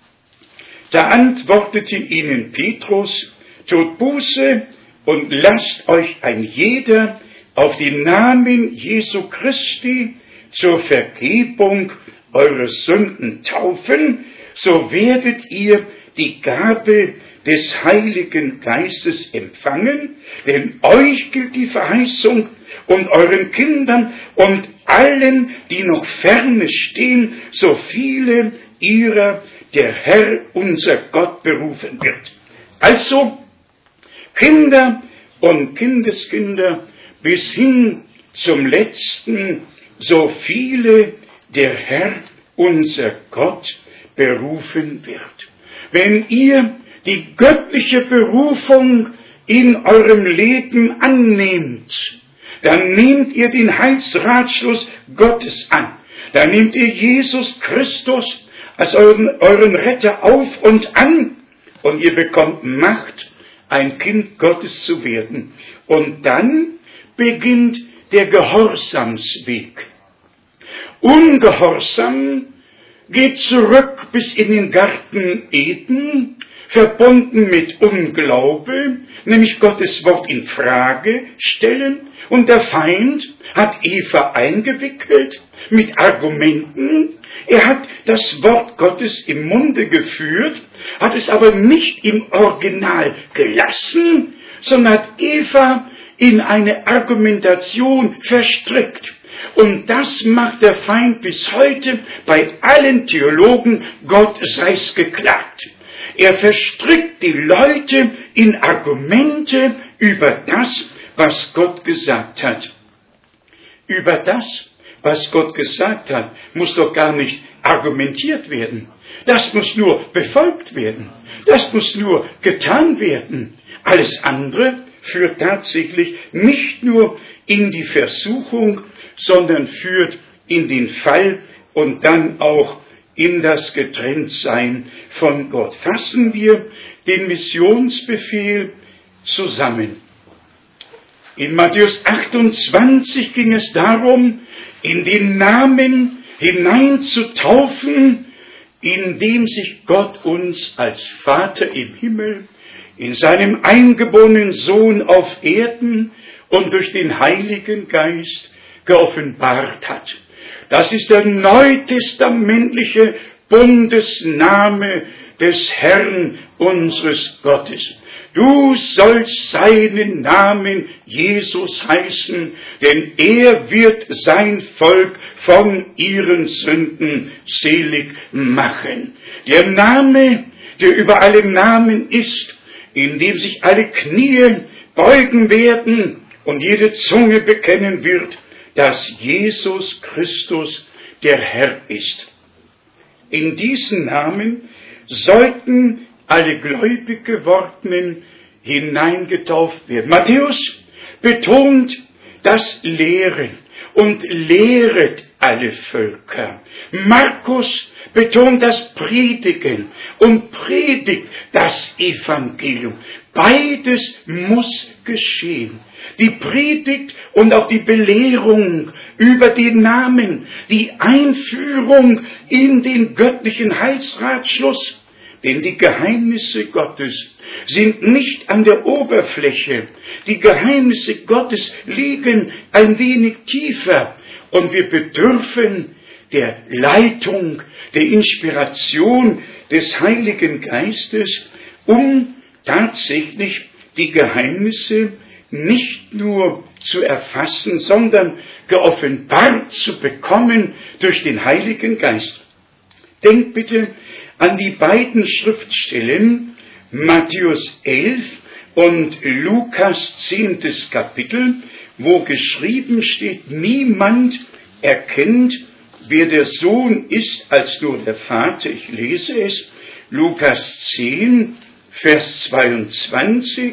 Da antwortete ihnen Petrus: Tut Buße und lasst euch ein jeder auf den Namen Jesu Christi zur Vergebung eurer Sünden taufen, so werdet ihr die Gabe des Heiligen Geistes empfangen, denn euch gilt die Verheißung und euren Kindern und allen, die noch ferne stehen, so viele ihrer der Herr, unser Gott, berufen wird. Also, Kinder und Kindeskinder, bis hin zum Letzten, so viele der Herr, unser Gott, berufen wird. Wenn ihr die göttliche Berufung in eurem Leben annehmt, dann nehmt ihr den Heilsratschluss Gottes an. Dann nehmt ihr Jesus Christus als euren, euren Retter auf und an und ihr bekommt Macht, ein Kind Gottes zu werden. Und dann beginnt der Gehorsamsweg. Ungehorsam geht zurück bis in den Garten Eden, verbunden mit Unglaube, nämlich Gottes Wort in Frage stellen. Und der Feind hat Eva eingewickelt mit Argumenten. Er hat das Wort Gottes im Munde geführt, hat es aber nicht im Original gelassen, sondern hat Eva in eine Argumentation verstrickt. Und das macht der Feind bis heute bei allen Theologen, Gott sei's geklagt. Er verstrickt die Leute in Argumente über das, was Gott gesagt hat. Über das, was Gott gesagt hat, muss doch gar nicht argumentiert werden. Das muss nur befolgt werden. Das muss nur getan werden. Alles andere führt tatsächlich nicht nur in die Versuchung, sondern führt in den Fall und dann auch in das Getrenntsein von Gott. Fassen wir den Missionsbefehl zusammen. In Matthäus achtundzwanzig ging es darum, in den Namen hinein zu taufen, in dem sich Gott uns als Vater im Himmel, in seinem eingeborenen Sohn auf Erden und durch den Heiligen Geist geoffenbart hat. Das ist der neutestamentliche Bundesname des Herrn unseres Gottes. Du sollst seinen Namen Jesus heißen, denn er wird sein Volk von ihren Sünden selig machen. Der Name, der über alle Namen ist, in dem sich alle Knie beugen werden und jede Zunge bekennen wird, dass Jesus Christus der Herr ist. In diesen Namen sollten alle gläubig gewordenen hineingetauft werden. Matthäus betont das Lehren und lehret alle Völker. Markus betont das Predigen und predigt das Evangelium. Beides muss geschehen. Die Predigt und auch die Belehrung über den Namen, die Einführung in den göttlichen Heilsratschluss. Denn die Geheimnisse Gottes sind nicht an der Oberfläche. Die Geheimnisse Gottes liegen ein wenig tiefer. Und wir bedürfen der Leitung, der Inspiration des Heiligen Geistes, um tatsächlich die Geheimnisse nicht nur zu erfassen, sondern geoffenbart zu bekommen durch den Heiligen Geist. Denkt bitte an die beiden Schriftstellen, Matthäus elf und Lukas zehntes Kapitel, wo geschrieben steht, niemand erkennt, wer der Sohn ist, als nur der Vater. Ich lese es, Lukas zehn, Vers zweiundzwanzig.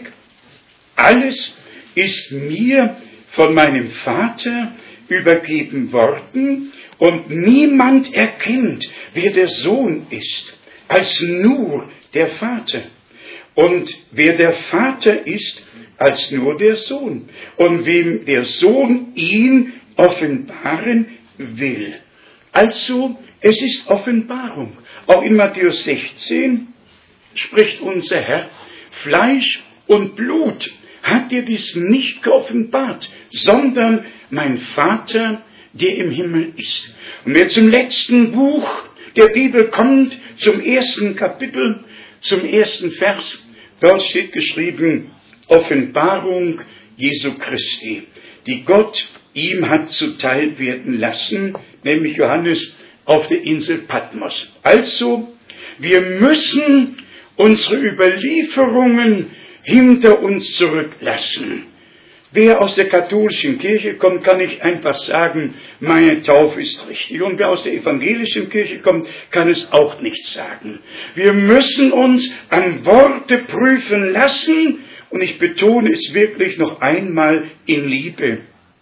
Alles ist mir von meinem Vater übergeben worden und niemand erkennt, wer der Sohn ist, als nur der Vater. Und wer der Vater ist, als nur der Sohn. Und wem der Sohn ihn offenbaren will. Also, es ist Offenbarung. Auch in Matthäus sechzehn spricht unser Herr, Fleisch und Blut hat dir dies nicht geoffenbart, sondern mein Vater, der im Himmel ist. Und wer zum letzten Buch der Bibel kommt, zum ersten Kapitel, zum ersten Vers, dort steht geschrieben, Offenbarung Jesu Christi, die Gott ihm hat zuteil werden lassen, nämlich Johannes auf der Insel Patmos. Also, wir müssen unsere Überlieferungen hinter uns zurücklassen. Wer aus der katholischen Kirche kommt, kann ich einfach sagen, meine Taufe ist richtig. Und wer aus der evangelischen Kirche kommt, kann es auch nicht sagen. Wir müssen uns an Worte prüfen lassen, und ich betone es wirklich noch einmal in Liebe.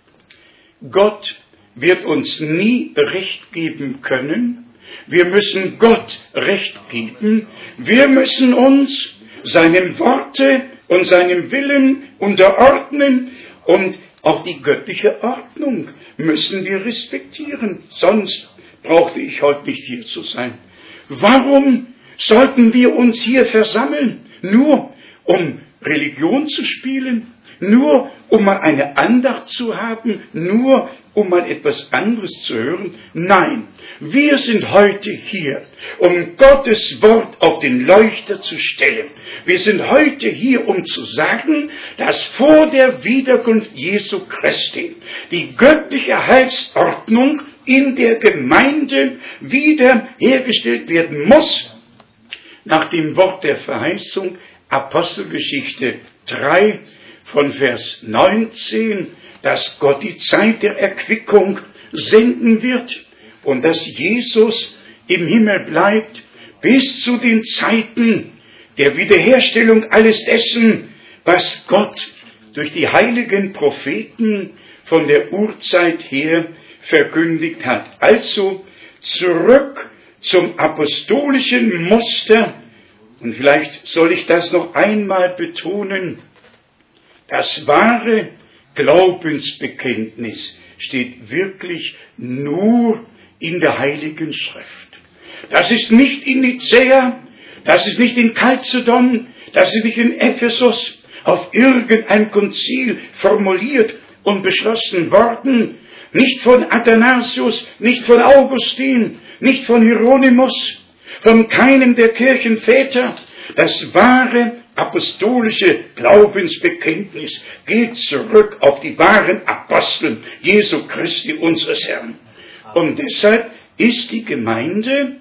Gott wird uns nie Recht geben können. Wir müssen Gott Recht geben. Wir müssen uns seinem Worte und seinem Willen unterordnen, und auch die göttliche Ordnung müssen wir respektieren. Sonst brauchte ich heute nicht hier zu sein. Warum sollten wir uns hier versammeln? Nur um Religion zu spielen? Nur um mal eine Andacht zu haben? Nur um mal etwas anderes zu hören? Nein, wir sind heute hier, um Gottes Wort auf den Leuchter zu stellen. Wir sind heute hier, um zu sagen, dass vor der Wiederkunft Jesu Christi die göttliche Heilsordnung in der Gemeinde wiederhergestellt werden muss, nach dem Wort der Verheißung, Apostelgeschichte drei, von Vers neunzehn, dass Gott die Zeit der Erquickung senden wird und dass Jesus im Himmel bleibt bis zu den Zeiten der Wiederherstellung alles dessen, was Gott durch die heiligen Propheten von der Urzeit her verkündigt hat. Also zurück zum apostolischen Muster. Und vielleicht soll ich das noch einmal betonen. Das wahre Glaubensbekenntnis steht wirklich nur in der Heiligen Schrift. Das ist nicht in Nicäa, das ist nicht in Chalcedon, das ist nicht in Ephesus auf irgendein Konzil formuliert und beschlossen worden, nicht von Athanasius, nicht von Augustin, nicht von Hieronymus, von keinem der Kirchenväter. Das wahre apostolische Glaubensbekenntnis geht zurück auf die wahren Apostel Jesu Christi unseres Herrn. Und deshalb ist die Gemeinde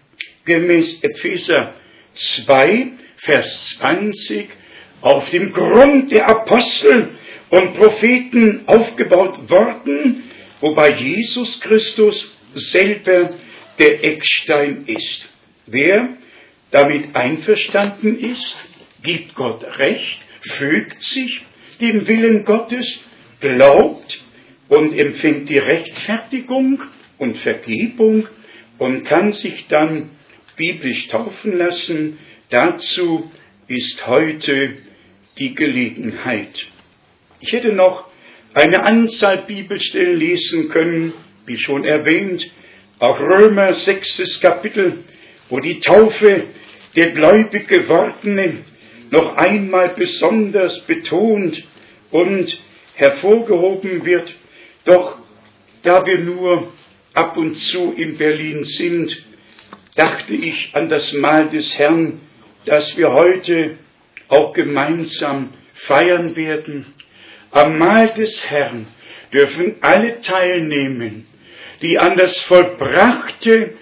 gemäß Epheser zwei, Vers zwanzig auf dem Grund der Apostel und Propheten aufgebaut worden, wobei Jesus Christus selber der Eckstein ist. Wer damit einverstanden ist, gibt Gott Recht, fügt sich dem Willen Gottes, glaubt und empfängt die Rechtfertigung und Vergebung und kann sich dann biblisch taufen lassen. Dazu ist heute die Gelegenheit. Ich hätte noch eine Anzahl Bibelstellen lesen können, wie schon erwähnt, auch Römer sechstes Kapitel, wo die Taufe der gläubig Gewordenen noch einmal besonders betont und hervorgehoben wird. Doch da wir nur ab und zu in Berlin sind, dachte ich an das Mahl des Herrn, das wir heute auch gemeinsam feiern werden. Am Mahl des Herrn dürfen alle teilnehmen, die an das vollbrachte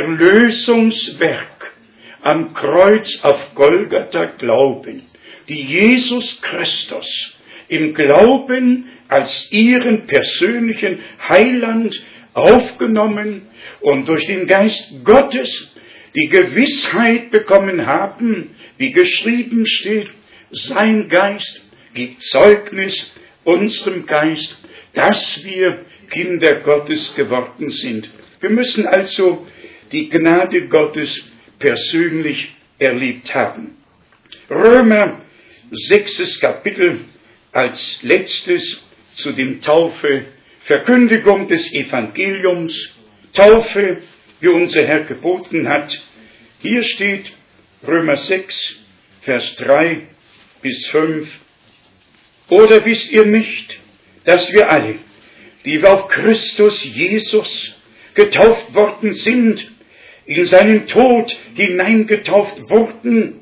Erlösungswerk am Kreuz auf Golgatha glauben, die Jesus Christus im Glauben als ihren persönlichen Heiland aufgenommen und durch den Geist Gottes die Gewissheit bekommen haben, wie geschrieben steht, sein Geist gibt Zeugnis unserem Geist, dass wir Kinder Gottes geworden sind. Wir müssen also die Gnade Gottes persönlich erlebt haben. Römer sechstes Kapitel als letztes zu dem Taufe, Verkündigung des Evangeliums, Taufe, wie unser Herr geboten hat. Hier steht Römer sechs, Vers drei bis fünf. Oder wisst ihr nicht, dass wir alle, die wir auf Christus Jesus getauft worden sind, in seinen Tod hineingetauft wurden,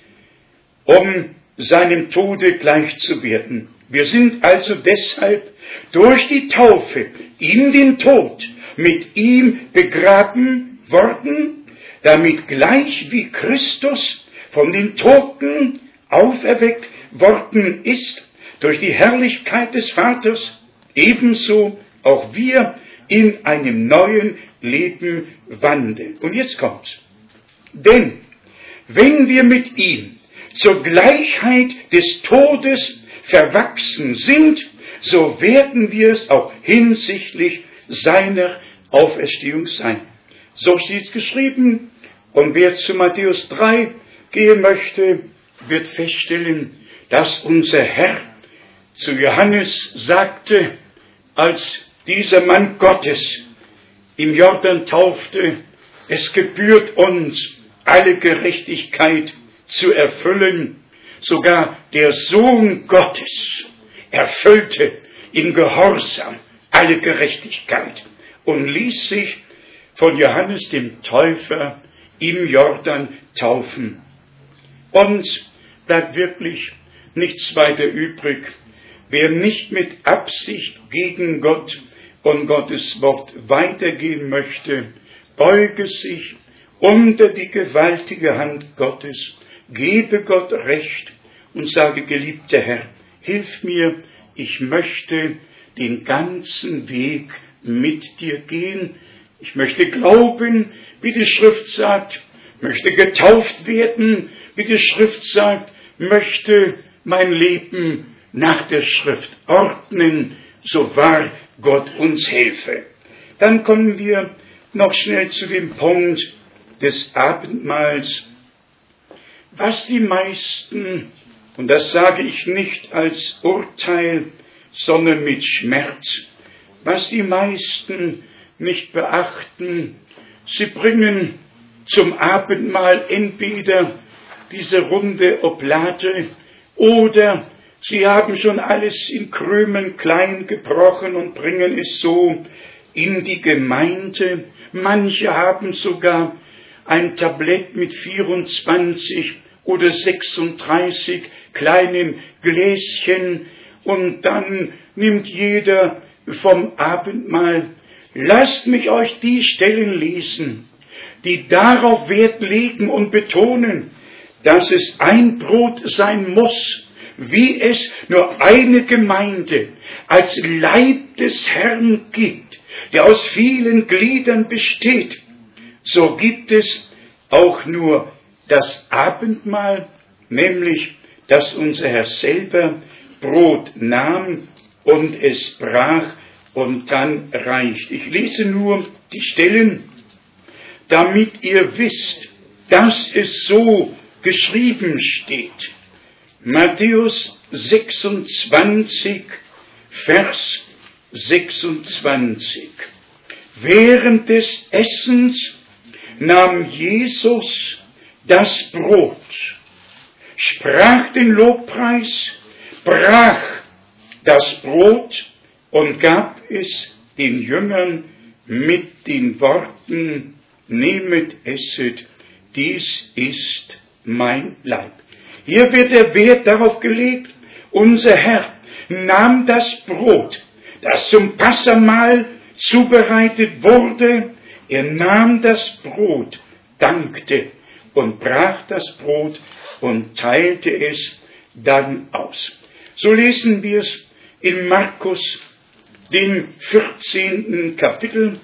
um seinem Tode gleich zu werden. Wir sind also deshalb durch die Taufe in den Tod mit ihm begraben worden, damit gleich wie Christus von den Toten auferweckt worden ist durch die Herrlichkeit des Vaters, ebenso auch wir in einem neuen Leben wandeln. Und jetzt kommt's. Denn wenn wir mit ihm zur Gleichheit des Todes verwachsen sind, so werden wir es auch hinsichtlich seiner Auferstehung sein. So steht es geschrieben. Und wer zu Matthäus drei gehen möchte, wird feststellen, dass unser Herr zu Johannes sagte, als dieser Mann Gottes im Jordan taufte, es gebührt uns, alle Gerechtigkeit zu erfüllen. Sogar der Sohn Gottes erfüllte im Gehorsam alle Gerechtigkeit und ließ sich von Johannes dem Täufer im Jordan taufen. Uns bleibt wirklich nichts weiter übrig. Wer nicht mit Absicht gegen Gott und Gottes Wort weitergehen möchte, beuge sich unter die gewaltige Hand Gottes, gebe Gott Recht und sage, geliebter Herr, hilf mir, ich möchte den ganzen Weg mit dir gehen. Ich möchte glauben, wie die Schrift sagt, möchte getauft werden, wie die Schrift sagt, möchte mein Leben nach der Schrift ordnen, so wahr Gott uns helfe. Dann kommen wir noch schnell zu dem Punkt des Abendmahls. Was die meisten, und das sage ich nicht als Urteil, sondern mit Schmerz, was die meisten nicht beachten, sie bringen zum Abendmahl entweder diese runde Oblate oder sie haben schon alles in Krümeln klein gebrochen und bringen es so in die Gemeinde. Manche haben sogar ein Tablett mit vierundzwanzig oder sechsunddreißig kleinen Gläschen und dann nimmt jeder vom Abendmahl. Lasst mich euch die Stellen lesen, die darauf Wert legen und betonen, dass es ein Brot sein muss, wie es nur eine Gemeinde als Leib des Herrn gibt, der aus vielen Gliedern besteht. So gibt es auch nur das Abendmahl, nämlich, dass unser Herr selber Brot nahm und es brach und dann reicht. Ich lese nur die Stellen, damit ihr wisst, dass es so geschrieben steht. Matthäus sechsundzwanzig, Vers sechsundzwanzig. Während des Essens nahm Jesus das Brot, sprach den Lobpreis, brach das Brot und gab es den Jüngern mit den Worten, nehmet, esset, dies ist mein Leib. Hier wird der Wert darauf gelegt, unser Herr nahm das Brot, das zum Passamahl zubereitet wurde, er nahm das Brot, dankte und brach das Brot und teilte es dann aus. So lesen wir es in Markus, dem vierzehnten Kapitel,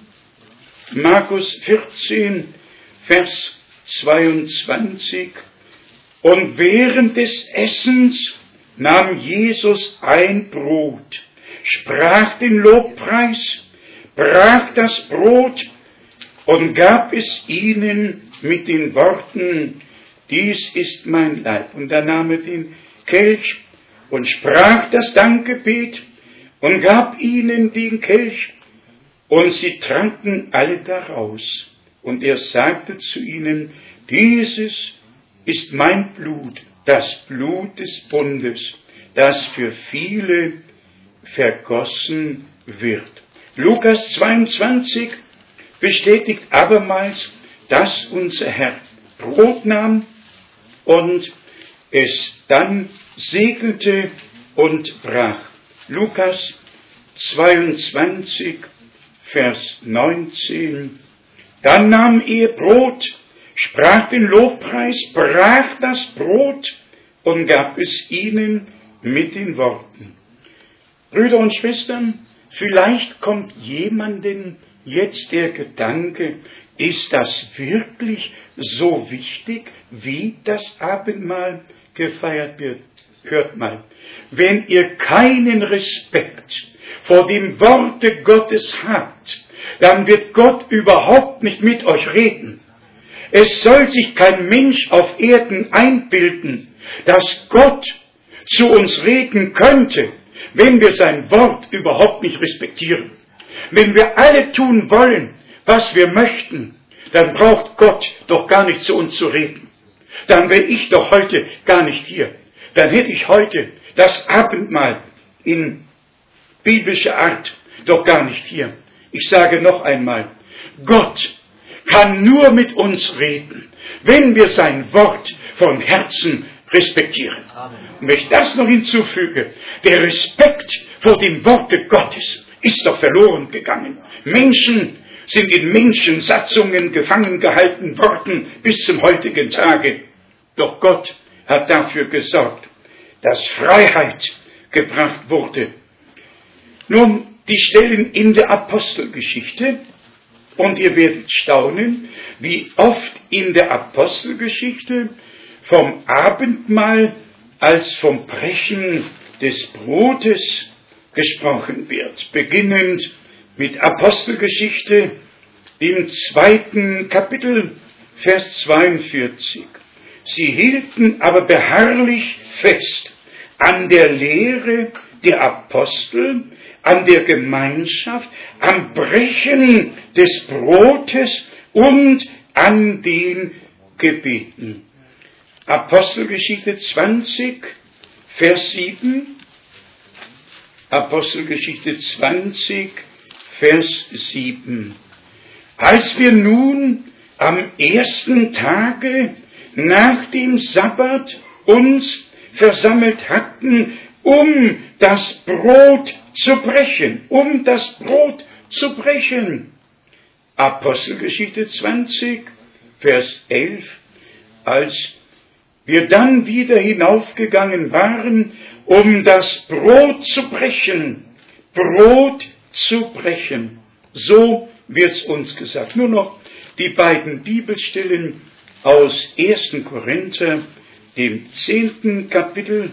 Markus vierzehn, Vers zweiundzwanzig. Und während des Essens nahm Jesus ein Brot, sprach den Lobpreis, brach das Brot und gab es ihnen mit den Worten, dies ist mein Leib. Und da nahm er den Kelch und sprach das Dankgebet und gab ihnen den Kelch, und sie tranken alle daraus. Und er sagte zu ihnen, dieses ist mein Blut, das Blut des Bundes, das für viele vergossen wird. Lukas zweiundzwanzig bestätigt abermals, dass unser Herr Brot nahm und es dann segnete und brach. Lukas zweiundzwanzig, Vers neunzehn. Dann nahm er Brot, sprach den Lobpreis, brach das Brot und gab es ihnen mit den Worten. Brüder und Schwestern, vielleicht kommt jemandem jetzt der Gedanke, ist das wirklich so wichtig, wie das Abendmahl gefeiert wird? Hört mal, wenn ihr keinen Respekt vor dem Worte Gottes habt, dann wird Gott überhaupt nicht mit euch reden. Es soll sich kein Mensch auf Erden einbilden, dass Gott zu uns reden könnte, wenn wir sein Wort überhaupt nicht respektieren. Wenn wir alle tun wollen, was wir möchten, dann braucht Gott doch gar nicht zu uns zu reden. Dann wäre ich doch heute gar nicht hier. Dann hätte ich heute das Abendmahl in biblischer Art doch gar nicht hier. Ich sage noch einmal, Gott kann nur mit uns reden, wenn wir sein Wort von Herzen respektieren. Amen. Und wenn ich das noch hinzufüge, der Respekt vor dem Worte Gottes ist doch verloren gegangen. Menschen sind in Menschensatzungen gefangen gehalten worden bis zum heutigen Tage. Doch Gott hat dafür gesorgt, dass Freiheit gebracht wurde. Nun, die Stellen in der Apostelgeschichte, und ihr werdet staunen, wie oft in der Apostelgeschichte vom Abendmahl als vom Brechen des Brotes gesprochen wird. Beginnend mit Apostelgeschichte, im zweiten Kapitel, Vers zweiundvierzig. Sie hielten aber beharrlich fest an der Lehre der Apostel, an der Gemeinschaft, am Brechen des Brotes und an den Gebeten. Apostelgeschichte zwanzig, Vers sieben. Apostelgeschichte zwanzig, Vers sieben. Als wir nun am ersten Tage nach dem Sabbat uns versammelt hatten, um das Brot zu brechen, um das Brot zu brechen. Apostelgeschichte zwanzig, Vers elf. Als wir dann wieder hinaufgegangen waren, um das Brot zu brechen, Brot zu brechen. So wird's uns gesagt. Nur noch die beiden Bibelstellen aus ersten Korinther, dem zehnten Kapitel.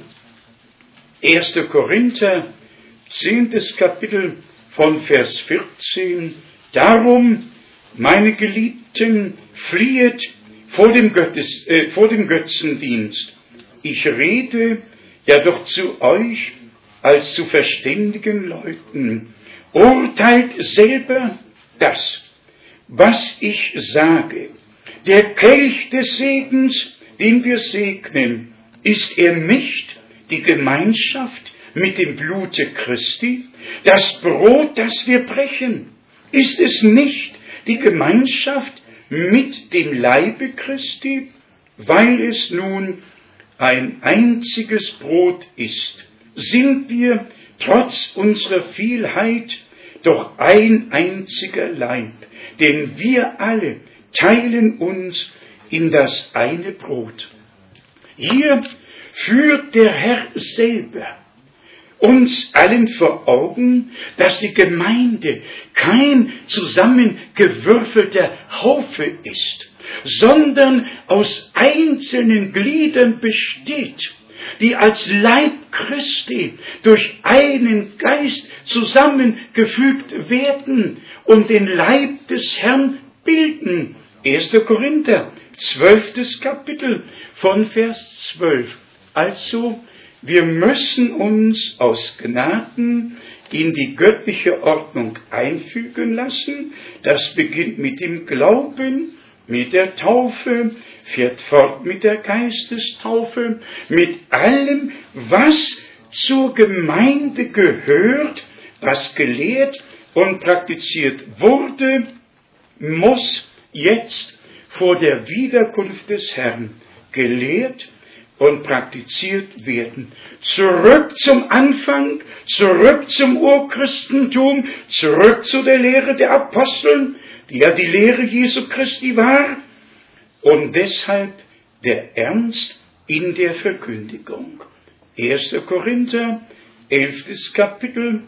erster Korinther, zehntes Kapitel von Vers vierzehn. Darum, meine Geliebten, fliehet vor dem, Göttes, äh, vor dem Götzendienst. Ich rede ja doch zu euch als zu verständigen Leuten. Urteilt selber das, was ich sage. Der Kelch des Segens, den wir segnen, ist er nicht die Gemeinschaft mit dem Blute Christi? Das Brot, das wir brechen, ist es nicht die Gemeinschaft mit dem Leibe Christi, weil es nun ein einziges Brot ist? Sind wir trotz unserer Vielheit doch ein einziger Leib, denn wir alle teilen uns in das eine Brot. Hier führt der Herr selber uns allen vor Augen, dass die Gemeinde kein zusammengewürfelter Haufe ist, sondern aus einzelnen Gliedern besteht, die als Leib Christi durch einen Geist zusammengefügt werden und den Leib des Herrn bilden. erster Korinther, zwölftes Kapitel von Vers zwölf. Also, wir müssen uns aus Gnaden in die göttliche Ordnung einfügen lassen. Das beginnt mit dem Glauben, mit der Taufe, fährt fort mit der Geistestaufe, mit allem, was zur Gemeinde gehört, was gelehrt und praktiziert wurde, muss jetzt vor der Wiederkunft des Herrn gelehrt und praktiziert werden. Zurück zum Anfang, zurück zum Urchristentum, zurück zu der Lehre der Apostel, die ja die Lehre Jesu Christi war, und deshalb der Ernst in der Verkündigung. erster Korinther, elftes Kapitel.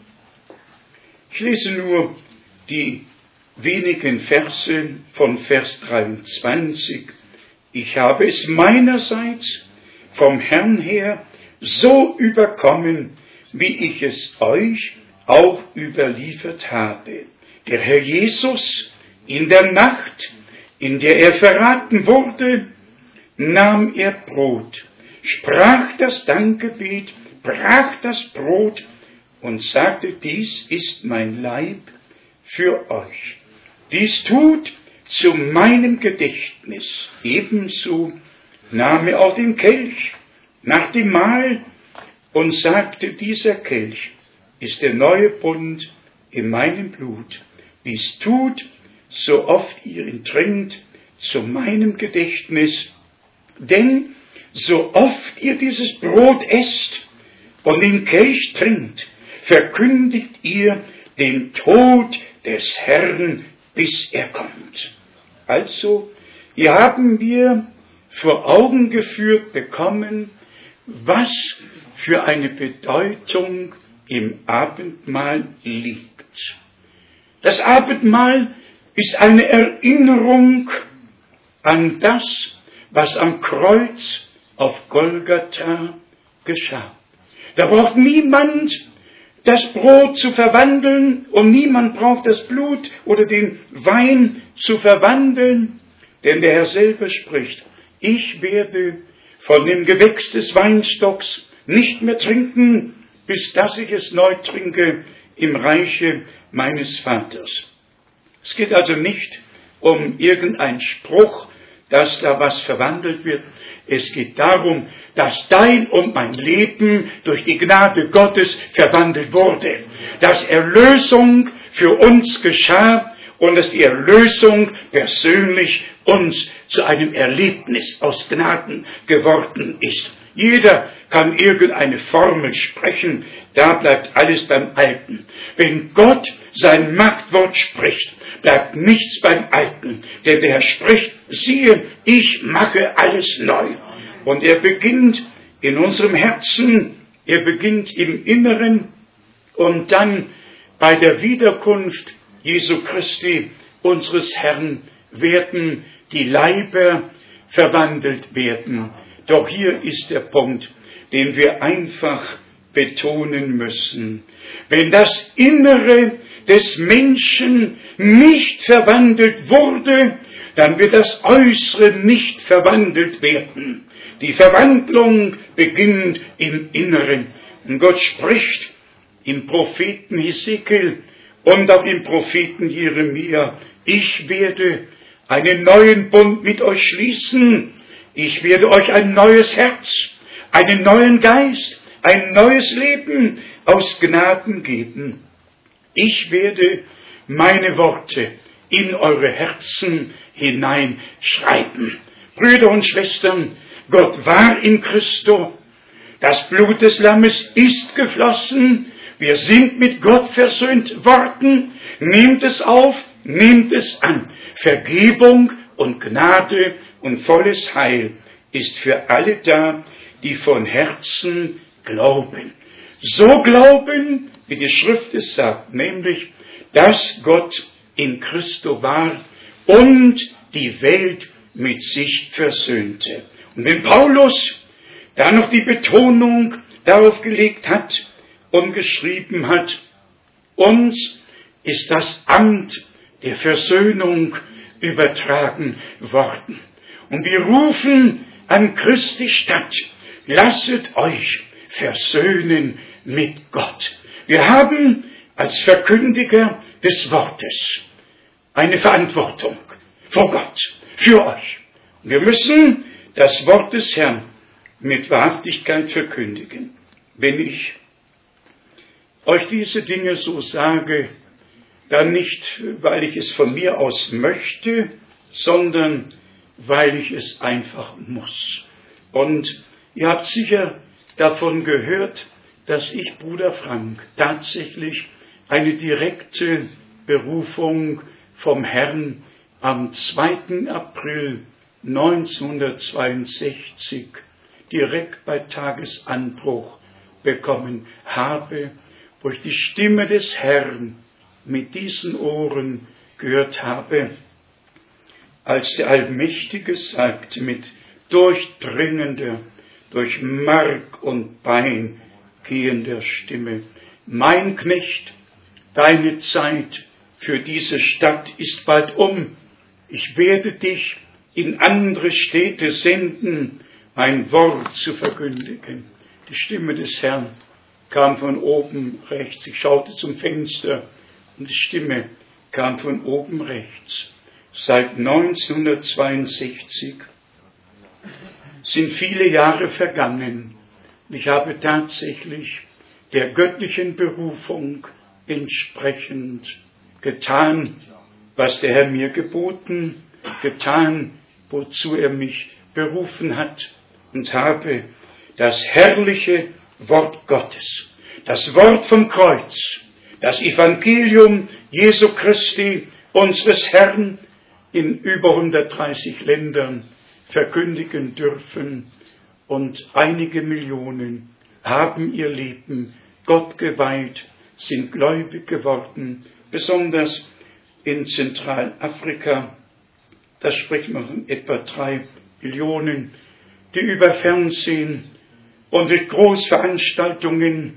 Ich lese nur die wenigen Verse von Vers dreiundzwanzig. Ich habe es meinerseits vom Herrn her so überkommen, wie ich es euch auch überliefert habe. Der Herr Jesus in der Nacht, in der er verraten wurde, nahm er Brot, sprach das Dankgebet, brach das Brot und sagte, dies ist mein Leib für euch. Dies tut zu meinem Gedächtnis. Ebenso nahm er auch den Kelch nach dem Mahl und sagte, dieser Kelch ist der neue Bund in meinem Blut. Dies tut, so oft ihr ihn trinkt, zu meinem Gedächtnis. Denn so oft ihr dieses Brot esst und den Kelch trinkt, verkündigt ihr den Tod des Herrn, bis er kommt. Also, hier haben wir vor Augen geführt bekommen, was für eine Bedeutung im Abendmahl liegt. Das Abendmahl ist eine Erinnerung an das, was am Kreuz auf Golgatha geschah. Da braucht niemand das Brot zu verwandeln, und niemand braucht das Blut oder den Wein zu verwandeln, denn der Herr selber spricht, ich werde von dem Gewächs des Weinstocks nicht mehr trinken, bis dass ich es neu trinke im Reiche meines Vaters. Es geht also nicht um irgendeinen Spruch, dass da was verwandelt wird. Es geht darum, dass dein und mein Leben durch die Gnade Gottes verwandelt wurde. Dass Erlösung für uns geschah und dass die Erlösung persönlich uns zu einem Erlebnis aus Gnaden geworden ist. Jeder kann irgendeine Formel sprechen, da bleibt alles beim Alten. Wenn Gott sein Machtwort spricht, bleibt nichts beim Alten. Denn der Herr spricht, siehe, ich mache alles neu. Und er beginnt in unserem Herzen, er beginnt im Inneren und dann bei der Wiederkunft Jesu Christi, unseres Herrn, werden die Leiber verwandelt werden. Doch hier ist der Punkt, den wir einfach betonen müssen. Wenn das Innere des Menschen nicht verwandelt wurde, dann wird das Äußere nicht verwandelt werden. Die Verwandlung beginnt im Inneren. Und Gott spricht im Propheten Hesekiel und auch im Propheten Jeremia, ich werde einen neuen Bund mit euch schließen. Ich werde euch ein neues Herz, einen neuen Geist, ein neues Leben aus Gnaden geben. Ich werde meine Worte in eure Herzen hineinschreiben. Brüder und Schwestern, Gott war in Christo. Das Blut des Lammes ist geflossen. Wir sind mit Gott versöhnt worden. Nehmt es auf, nehmt es an. Vergebung und Gnade und volles Heil ist für alle da, die von Herzen glauben. So glauben, wie die Schrift es sagt, nämlich, dass Gott in Christo war und die Welt mit sich versöhnte. Und wenn Paulus da noch die Betonung darauf gelegt hat und geschrieben hat, uns ist das Amt der Versöhnung übertragen worden. Und wir rufen an Christi statt, lasset euch versöhnen mit Gott. Wir haben als Verkündiger des Wortes eine Verantwortung vor Gott, für euch. Und wir müssen das Wort des Herrn mit Wahrhaftigkeit verkündigen. Wenn ich euch diese Dinge so sage, dann nicht, weil ich es von mir aus möchte, sondern weil ich es einfach muss. Und ihr habt sicher davon gehört, dass ich, Bruder Frank, tatsächlich eine direkte Berufung vom Herrn am zweiten April neunzehnhundertzweiundsechzig direkt bei Tagesanbruch bekommen habe, wo ich die Stimme des Herrn mit diesen Ohren gehört habe, als der Allmächtige sagte mit durchdringender, durch Mark und Bein gehender Stimme, mein Knecht, deine Zeit für diese Stadt ist bald um. Ich werde dich in andere Städte senden, mein Wort zu verkündigen. Die Stimme des Herrn kam von oben rechts. Ich schaute zum Fenster und die Stimme kam von oben rechts. Seit neunzehnhundertzweiundsechzig sind viele Jahre vergangen. Ich habe tatsächlich der göttlichen Berufung entsprechend getan, was der Herr mir geboten, getan, wozu er mich berufen hat, und habe das herrliche Wort Gottes, das Wort vom Kreuz, das Evangelium Jesu Christi, unseres Herrn, in über hundertdreißig Ländern verkündigen dürfen, und einige Millionen haben ihr Leben Gott geweiht, sind gläubig geworden, besonders in Zentralafrika. Da spricht man von etwa drei Millionen, die über Fernsehen und mit Großveranstaltungen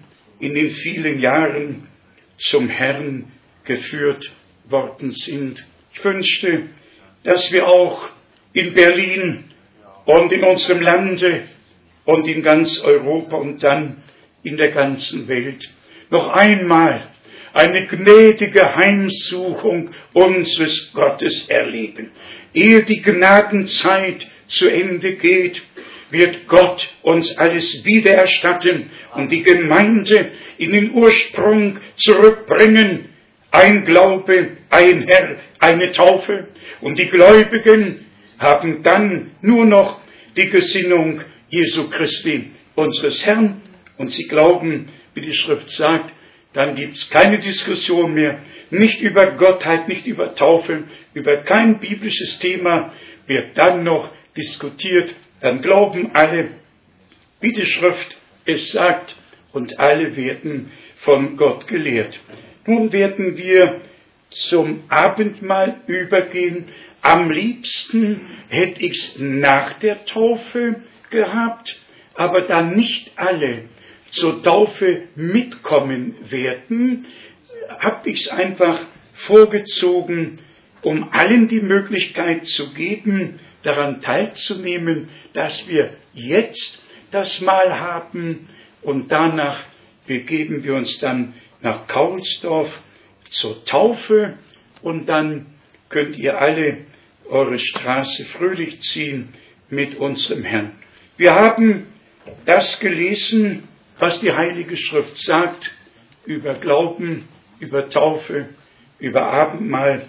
in den vielen Jahren zum Herrn geführt worden sind. Ich wünschte, dass wir auch in Berlin und in unserem Lande und in ganz Europa und dann in der ganzen Welt noch einmal eine gnädige Heimsuchung unseres Gottes erleben. Ehe die Gnadenzeit zu Ende geht, wird Gott uns alles wiedererstatten und die Gemeinde in den Ursprung zurückbringen. Ein Glaube, ein Herr, eine Taufe. Und die Gläubigen haben dann nur noch die Gesinnung Jesu Christi, unseres Herrn. Und sie glauben, wie die Schrift sagt, dann gibt es keine Diskussion mehr, nicht über Gottheit, nicht über Taufe, über kein biblisches Thema wird dann noch diskutiert. Dann glauben alle, wie die Schrift es sagt, und alle werden von Gott gelehrt. Nun werden wir zum Abendmahl übergehen. Am liebsten hätte ich es nach der Taufe gehabt, aber da nicht alle zur Taufe mitkommen werden, habe ich es einfach vorgezogen, um allen die Möglichkeit zu geben, daran teilzunehmen, dass wir jetzt das Mahl haben und danach begeben wir uns dann nach Kaulsdorf zur Taufe und dann könnt ihr alle eure Straße fröhlich ziehen mit unserem Herrn. Wir haben das gelesen, was die Heilige Schrift sagt über Glauben, über Taufe, über Abendmahl.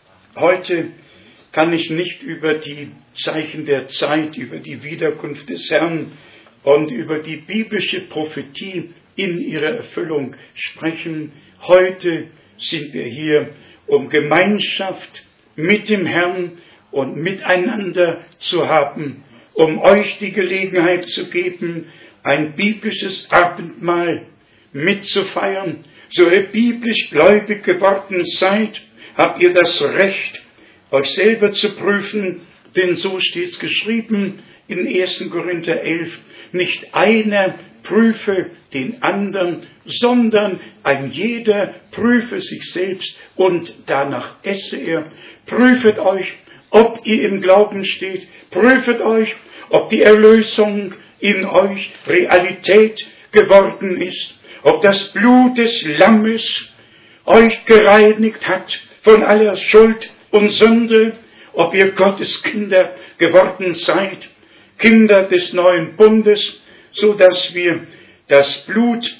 Heute kann ich nicht über die Zeichen der Zeit, über die Wiederkunft des Herrn und über die biblische Prophetie in ihrer Erfüllung sprechen. Heute sind wir hier, um Gemeinschaft mit dem Herrn und miteinander zu haben, um euch die Gelegenheit zu geben, ein biblisches Abendmahl mitzufeiern. So ihr biblisch gläubig geworden seid, habt ihr das Recht, euch selber zu prüfen, denn so steht es geschrieben in ersten Korinther elf, nicht einer prüfe den anderen, sondern ein jeder prüfe sich selbst und danach esse er. Prüfet euch, ob ihr im Glauben steht, prüfet euch, ob die Erlösung in euch Realität geworden ist, ob das Blut des Lammes euch gereinigt hat von aller Schuld und Sünde, ob ihr Gottes Kinder geworden seid, Kinder des neuen Bundes, so dass wir das Blut,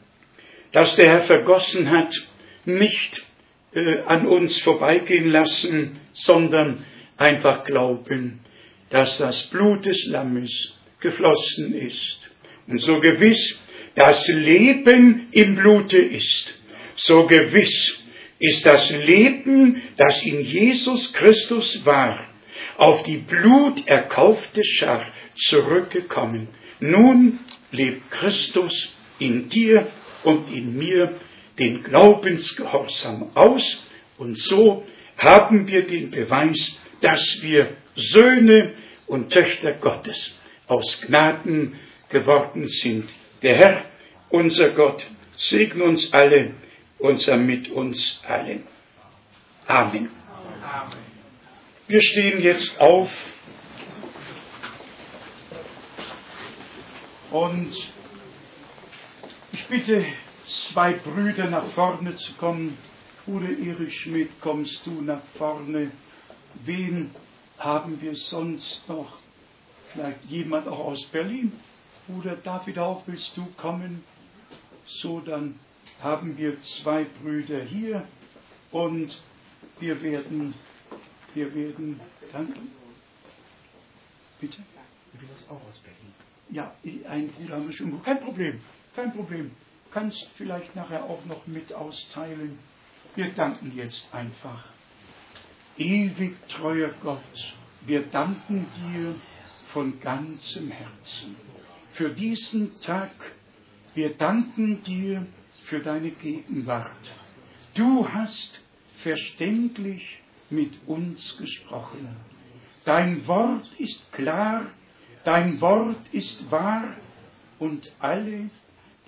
das der Herr vergossen hat, nicht äh, an uns vorbeigehen lassen, sondern einfach glauben, dass das Blut des Lammes geflossen ist. Und so gewiss das Leben im Blute ist, so gewiss ist das Leben, das in Jesus Christus war, auf die bluterkaufte Schar zurückgekommen. Nun lebt Christus in dir und in mir den Glaubensgehorsam aus und so haben wir den Beweis, dass wir Söhne und Töchter Gottes aus Gnaden geworden sind. Der Herr, unser Gott, segne uns alle und sei mit uns allen. Amen. Wir stehen jetzt auf und ich bitte zwei Brüder nach vorne zu kommen. Bruder Erich Schmidt, kommst du nach vorne? Wen haben wir sonst noch? Vielleicht jemand auch aus Berlin? Bruder David auch, willst du kommen? So, dann haben wir zwei Brüder hier und wir werden, wir werden, danken. Bitte? Du bist auch aus Berlin. Ja, ein Bruder haben wir schon. Kein Problem, kein Problem. Kannst vielleicht nachher auch noch mit austeilen. Wir danken jetzt einfach. Ewig treuer Gott, wir danken dir von ganzem Herzen für diesen Tag. Wir danken dir für deine Gegenwart. Du hast verständlich mit uns gesprochen. Dein Wort ist klar, dein Wort ist wahr und alle,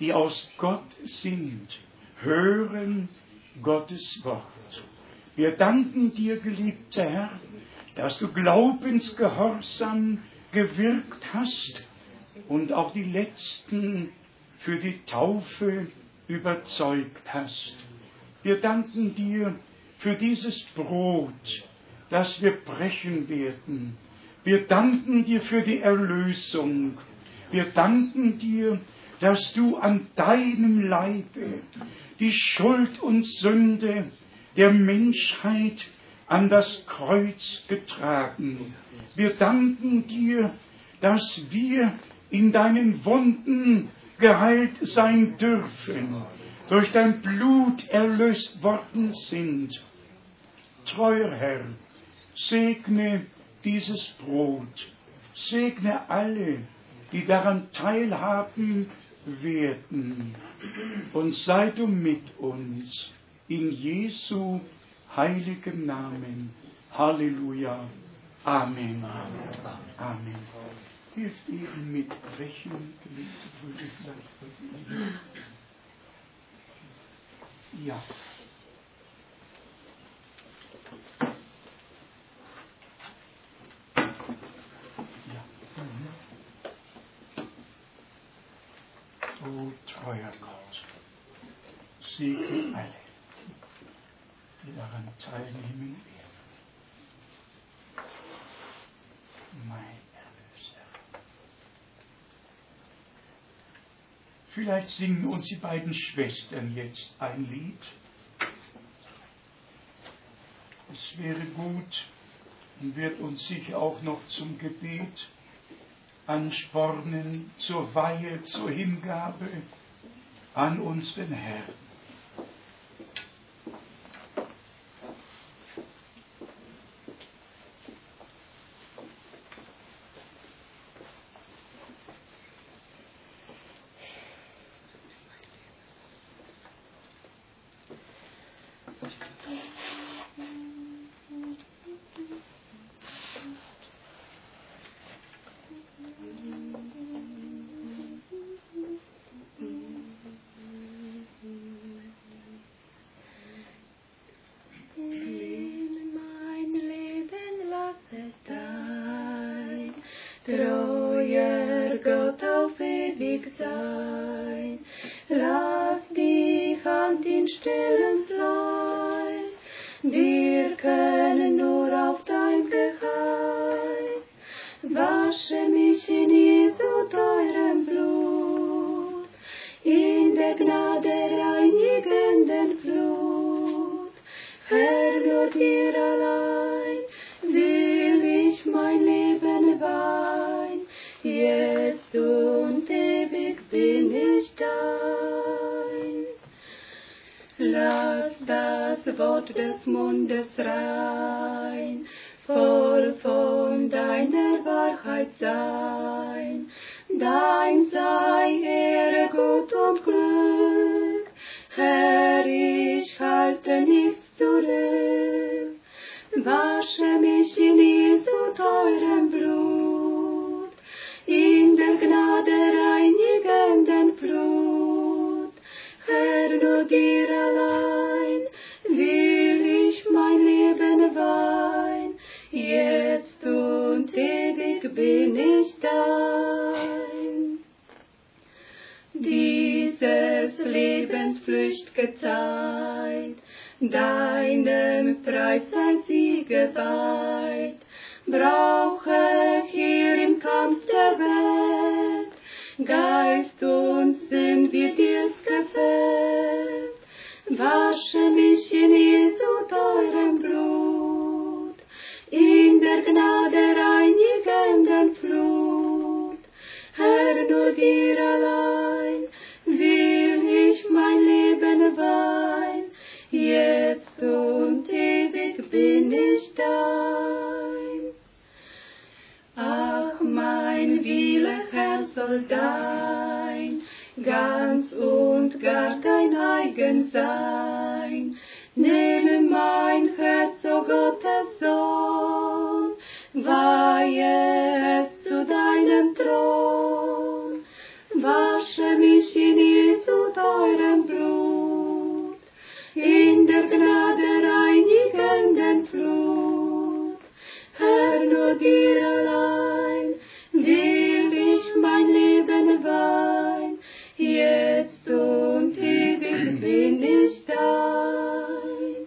die aus Gott sind, hören Gottes Wort. Wir danken dir, geliebter Herr, dass du glaubensgehorsam gewirkt hast und auch die Letzten für die Taufe überzeugt hast. Wir danken dir für dieses Brot, das wir brechen werden. Wir danken dir für die Erlösung. Wir danken dir, dass du an deinem Leibe die Schuld und Sünde der Menschheit an das Kreuz getragen. Wir danken dir, dass wir in deinen Wunden geheilt sein dürfen, durch dein Blut erlöst worden sind. Treuer Herr, segne dieses Brot, segne alle, die daran teilhaben werden, und sei du mit uns, in Jesu heiligen Namen. Halleluja. Amen. Amen. Hilft eben mit Brechen, geliebte Brüder, vielleicht. Ja. Ja. Mhm. O treuer Gott, segne alle, die daran teilnehmen werden. Mein Erlöser. Vielleicht singen uns die beiden Schwestern jetzt ein Lied. Es wäre gut und wird uns sicher auch noch zum Gebet anspornen, zur Weihe, zur Hingabe an unseren Herrn. Wasche mich in dir allein will ich mein Leben weihen, jetzt und ewig bin ich dein.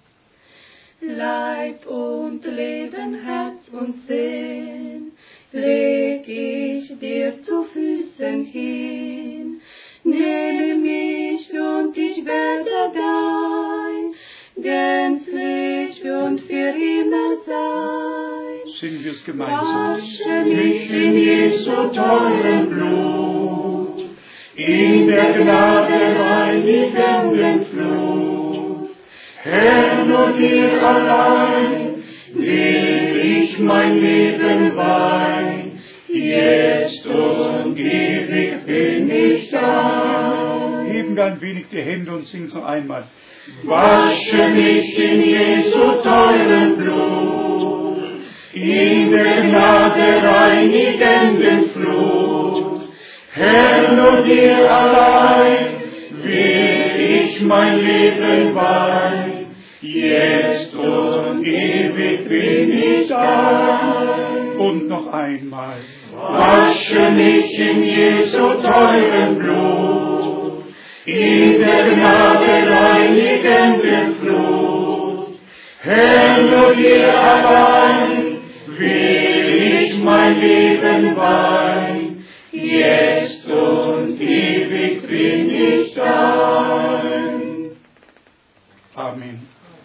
Leib und Leben, Herz und Sinn, leg ich dir zu Füßen hin. Nehme mich und ich werde dein, gänzlich und für immer sein. Singen wir es gemeinsam. Wasche mich in Jesu teurem Blut, in der Gnade reinigenden Flut. Herr, nur dir allein will ich mein Leben weihen, jetzt und ewig bin ich dein. Heben wir ein wenig die Hände und singen es noch einmal. Wasche mich in Jesu teurem Blut, in der Gnade reinigenden Flut. Herr, nur dir allein will ich mein Leben weihen, jetzt und ewig bin ich dein. Und noch einmal. Wasche mich in Jesu teurem Blut, in der Gnade reinigenden Flut. Herr, nur dir allein will ich mein Leben weihen, jetzt und ewig bin ich dein. Amen.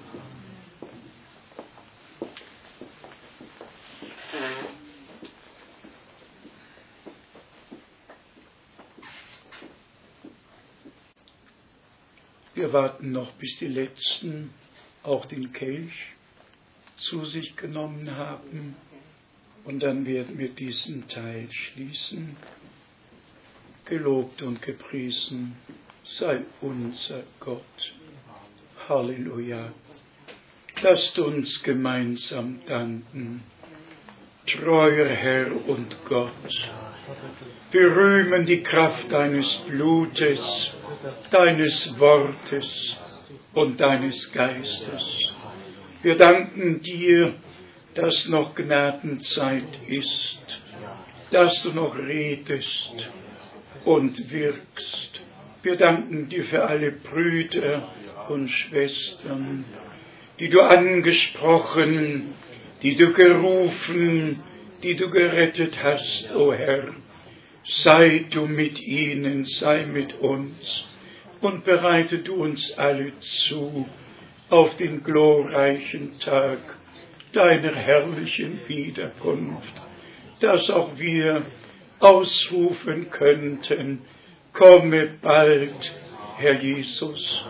Wir warten noch, bis die Letzten auch den Kelch zu sich genommen haben, und dann werden wir diesen Teil schließen. Gelobt und gepriesen sei unser Gott. Halleluja. Lasst uns gemeinsam danken. Treuer Herr und Gott, wir rühmen die Kraft deines Blutes, deines Wortes und deines Geistes. Wir danken dir, dass noch Gnadenzeit ist, dass du noch redest und wirkst. Wir danken dir für alle Brüder und Schwestern, die du angesprochen, die du gerufen, die du gerettet hast, o Herr. Sei du mit ihnen, sei mit uns und bereite du uns alle zu auf den glorreichen Tag deiner herrlichen Wiederkunft, dass auch wir ausrufen könnten: Komme bald, Herr Jesus.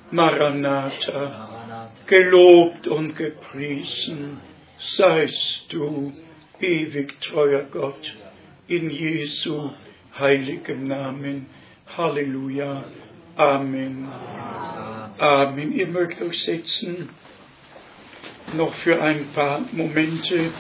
Maranatha, gelobt und gepriesen seist du, ewig treuer Gott, in Jesu heiligem Namen. Halleluja. Amen. Amen. Ihr mögt euch setzen, noch für ein paar Momente.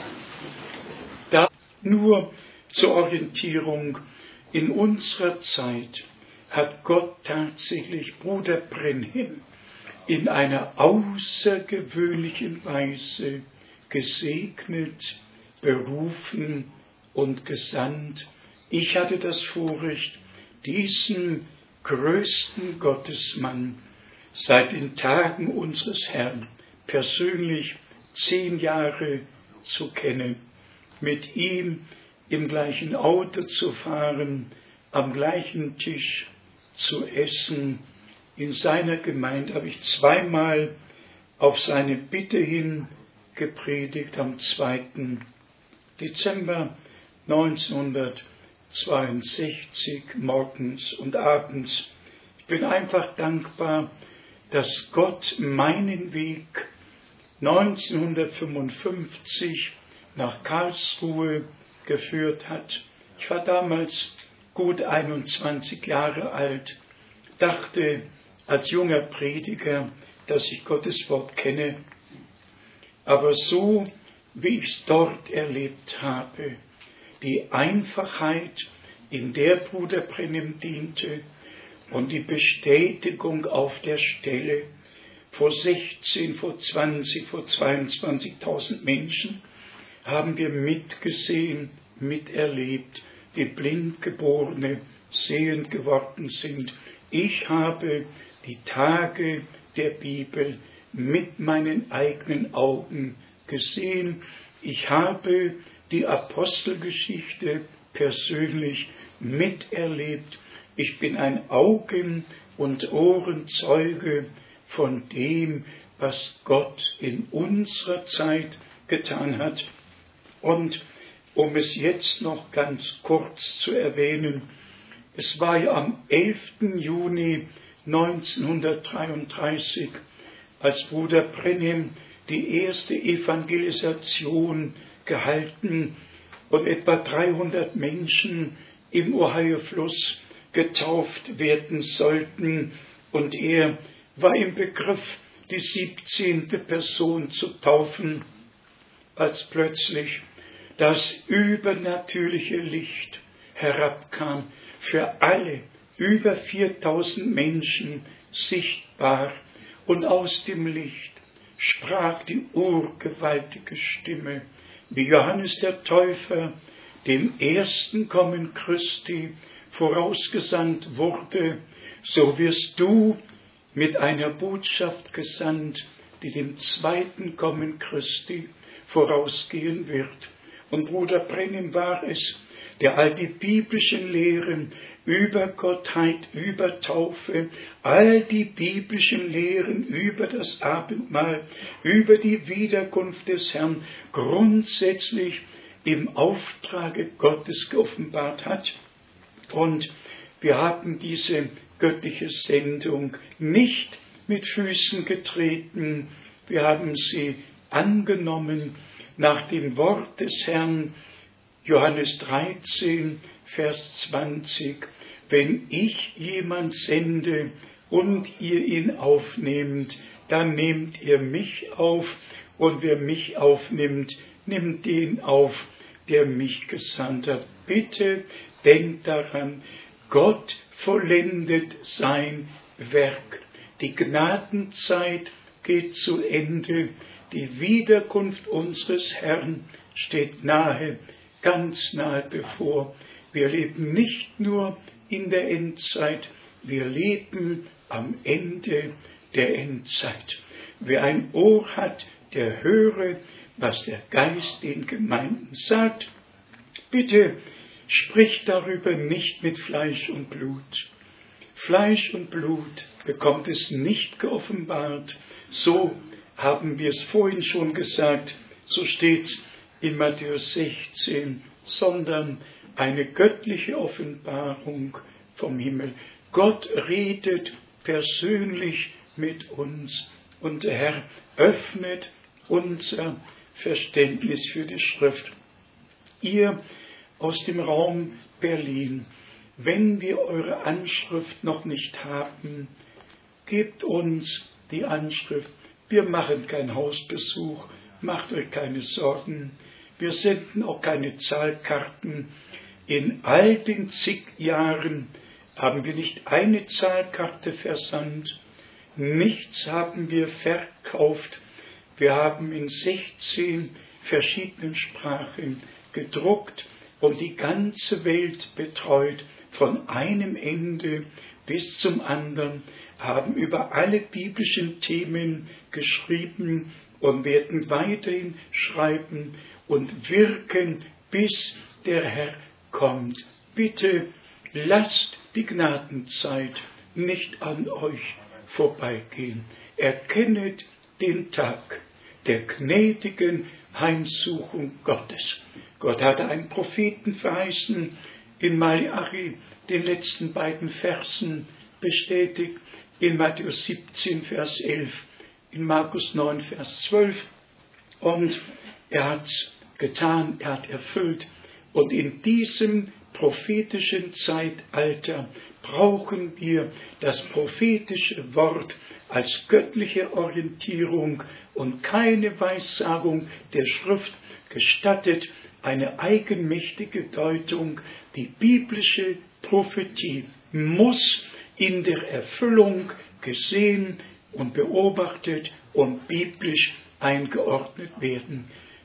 Da nur zur Orientierung: In unserer Zeit hat Gott tatsächlich Bruder Brenhem in einer außergewöhnlichen Weise gesegnet, berufen und gesandt. Ich hatte das Vorrecht, diesen größten Gottesmann seit den Tagen unseres Herrn persönlich zehn Jahre zu kennen, mit ihm im gleichen Auto zu fahren, am gleichen Tisch zu essen. In seiner Gemeinde habe ich zweimal auf seine Bitte hin gepredigt, am zweiten Dezember neunzehnhundertzweiundsechzig, morgens und abends. Ich bin einfach dankbar, dass Gott meinen Weg neunzehnhundertfünfundfünfzig nach Karlsruhe geführt hat. Ich war damals gut einundzwanzig Jahre alt, dachte als junger Prediger, dass ich Gottes Wort kenne. Aber so, wie ich es dort erlebt habe, die Einfachheit, in der Bruder Brenhem diente, und die Bestätigung auf der Stelle vor sechzehn, vor zwanzig, vor zweiundzwanzigtausend Menschen, haben wir mitgesehen, miterlebt, wie Blindgeborene sehend geworden sind. Ich habe die Tage der Bibel mit meinen eigenen Augen gesehen. Ich habe die Apostelgeschichte persönlich miterlebt. Ich bin ein Augen- und Ohrenzeuge von dem, was Gott in unserer Zeit getan hat. Und um es jetzt noch ganz kurz zu erwähnen, es war ja am elften Juni neunzehnhundertdreiunddreißig, als Bruder Brenhem die erste Evangelisation gehalten und etwa dreihundert Menschen im Ohio-Fluss getauft werden sollten. Und er war im Begriff, die siebzehnte Person zu taufen, als plötzlich das übernatürliche Licht herabkam, für alle, über viertausend Menschen sichtbar, und aus dem Licht sprach die urgewaltige Stimme, wie Johannes der Täufer dem ersten Kommen Christi vorausgesandt wurde, so wirst du mit einer Botschaft gesandt, die dem zweiten Kommen Christi vorausgehen wird. Und Bruder Brenhem war es, der all die biblischen Lehren über Gottheit, über Taufe, all die biblischen Lehren über das Abendmahl, über die Wiederkunft des Herrn grundsätzlich im Auftrage Gottes geoffenbart hat. Und wir haben diese göttliche Sendung nicht mit Füßen getreten, wir haben sie angenommen nach dem Wort des Herrn, Johannes dreizehn, Vers zwanzig, wenn ich jemand sende und ihr ihn aufnehmt, dann nehmt ihr mich auf, und wer mich aufnimmt, nimmt den auf, der mich gesandt hat. Bitte denkt daran, Gott vollendet sein Werk. Die Gnadenzeit geht zu Ende. Die Wiederkunft unseres Herrn steht nahe, ganz nahe bevor. Wir leben nicht nur in der Endzeit, wir leben am Ende der Endzeit. Wer ein Ohr hat, der höre, was der Geist den Gemeinden sagt. Bitte sprich darüber nicht mit Fleisch und Blut. Fleisch und Blut bekommt es nicht geoffenbart. So haben wir es vorhin schon gesagt, so steht es in Matthäus sechzehn, sondern eine göttliche Offenbarung vom Himmel. Gott redet persönlich mit uns und der Herr öffnet unser Verständnis für die Schrift. Ihr aus dem Raum Berlin, wenn wir eure Anschrift noch nicht haben, gebt uns die Anschrift. Wir machen keinen Hausbesuch, macht euch keine Sorgen. Wir senden auch keine Zahlkarten. In all den zig Jahren haben wir nicht eine Zahlkarte versandt. Nichts haben wir verkauft. Wir haben in sechzehn verschiedenen Sprachen gedruckt und die ganze Welt betreut, von einem Ende bis zum anderen, haben über alle biblischen Themen geschrieben und werden weiterhin schreiben und wirken, bis der Herr kommt. Bitte lasst die Gnadenzeit nicht an euch vorbeigehen. Erkennet den Tag der gnädigen Heimsuchung Gottes. Gott hatte einen Propheten verheißen, in Malachi, den letzten beiden Versen bestätigt, in Matthäus siebzehn, Vers elf, in Markus neun, Vers zwölf. Und er hat es getan, er hat erfüllt. Und in diesem prophetischen Zeitalter brauchen wir das prophetische Wort als göttliche Orientierung und keine Weissagung der Schrift gestattet eine eigenmächtige Deutung. Die biblische Prophetie muss in der Erfüllung gesehen und beobachtet und biblisch eingeordnet werden.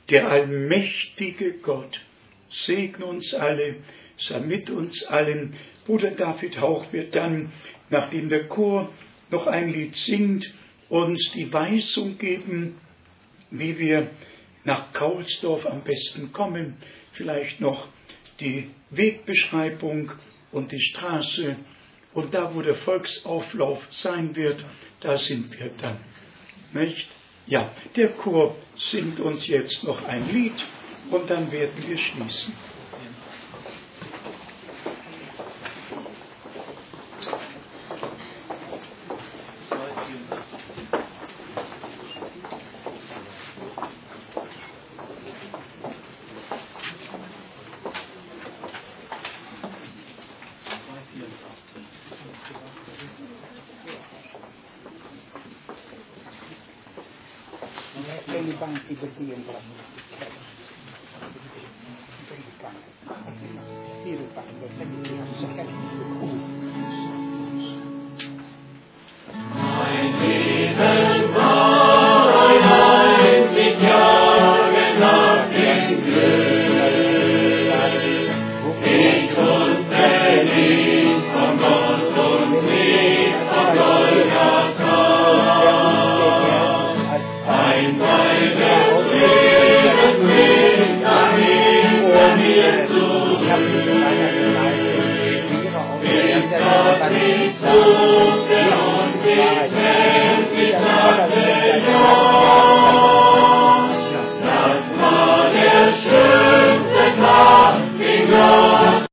Der allmächtige Gott segne uns alle, sei mit uns allen. Bruder David Hauch wird dann, nachdem der Chor noch ein Lied singt, uns die Weisung geben, wie wir nach Kaulsdorf am besten kommen. Vielleicht noch die Wegbeschreibung und die Straße. Und da, wo der Volksauflauf sein wird, da sind wir dann. Nicht? Ja, der Chor singt uns jetzt noch ein Lied und dann werden wir schließen. Banchi berdiri yang telah berikan kehidupan dan sekali Mein Leben war ein einzig Jagen nach dem Glück. Ich wusste nichts von Gott und nichts von Golgatha. Ein Teil des Lebens liegt dahinter mir zu. Ist Gott nicht zu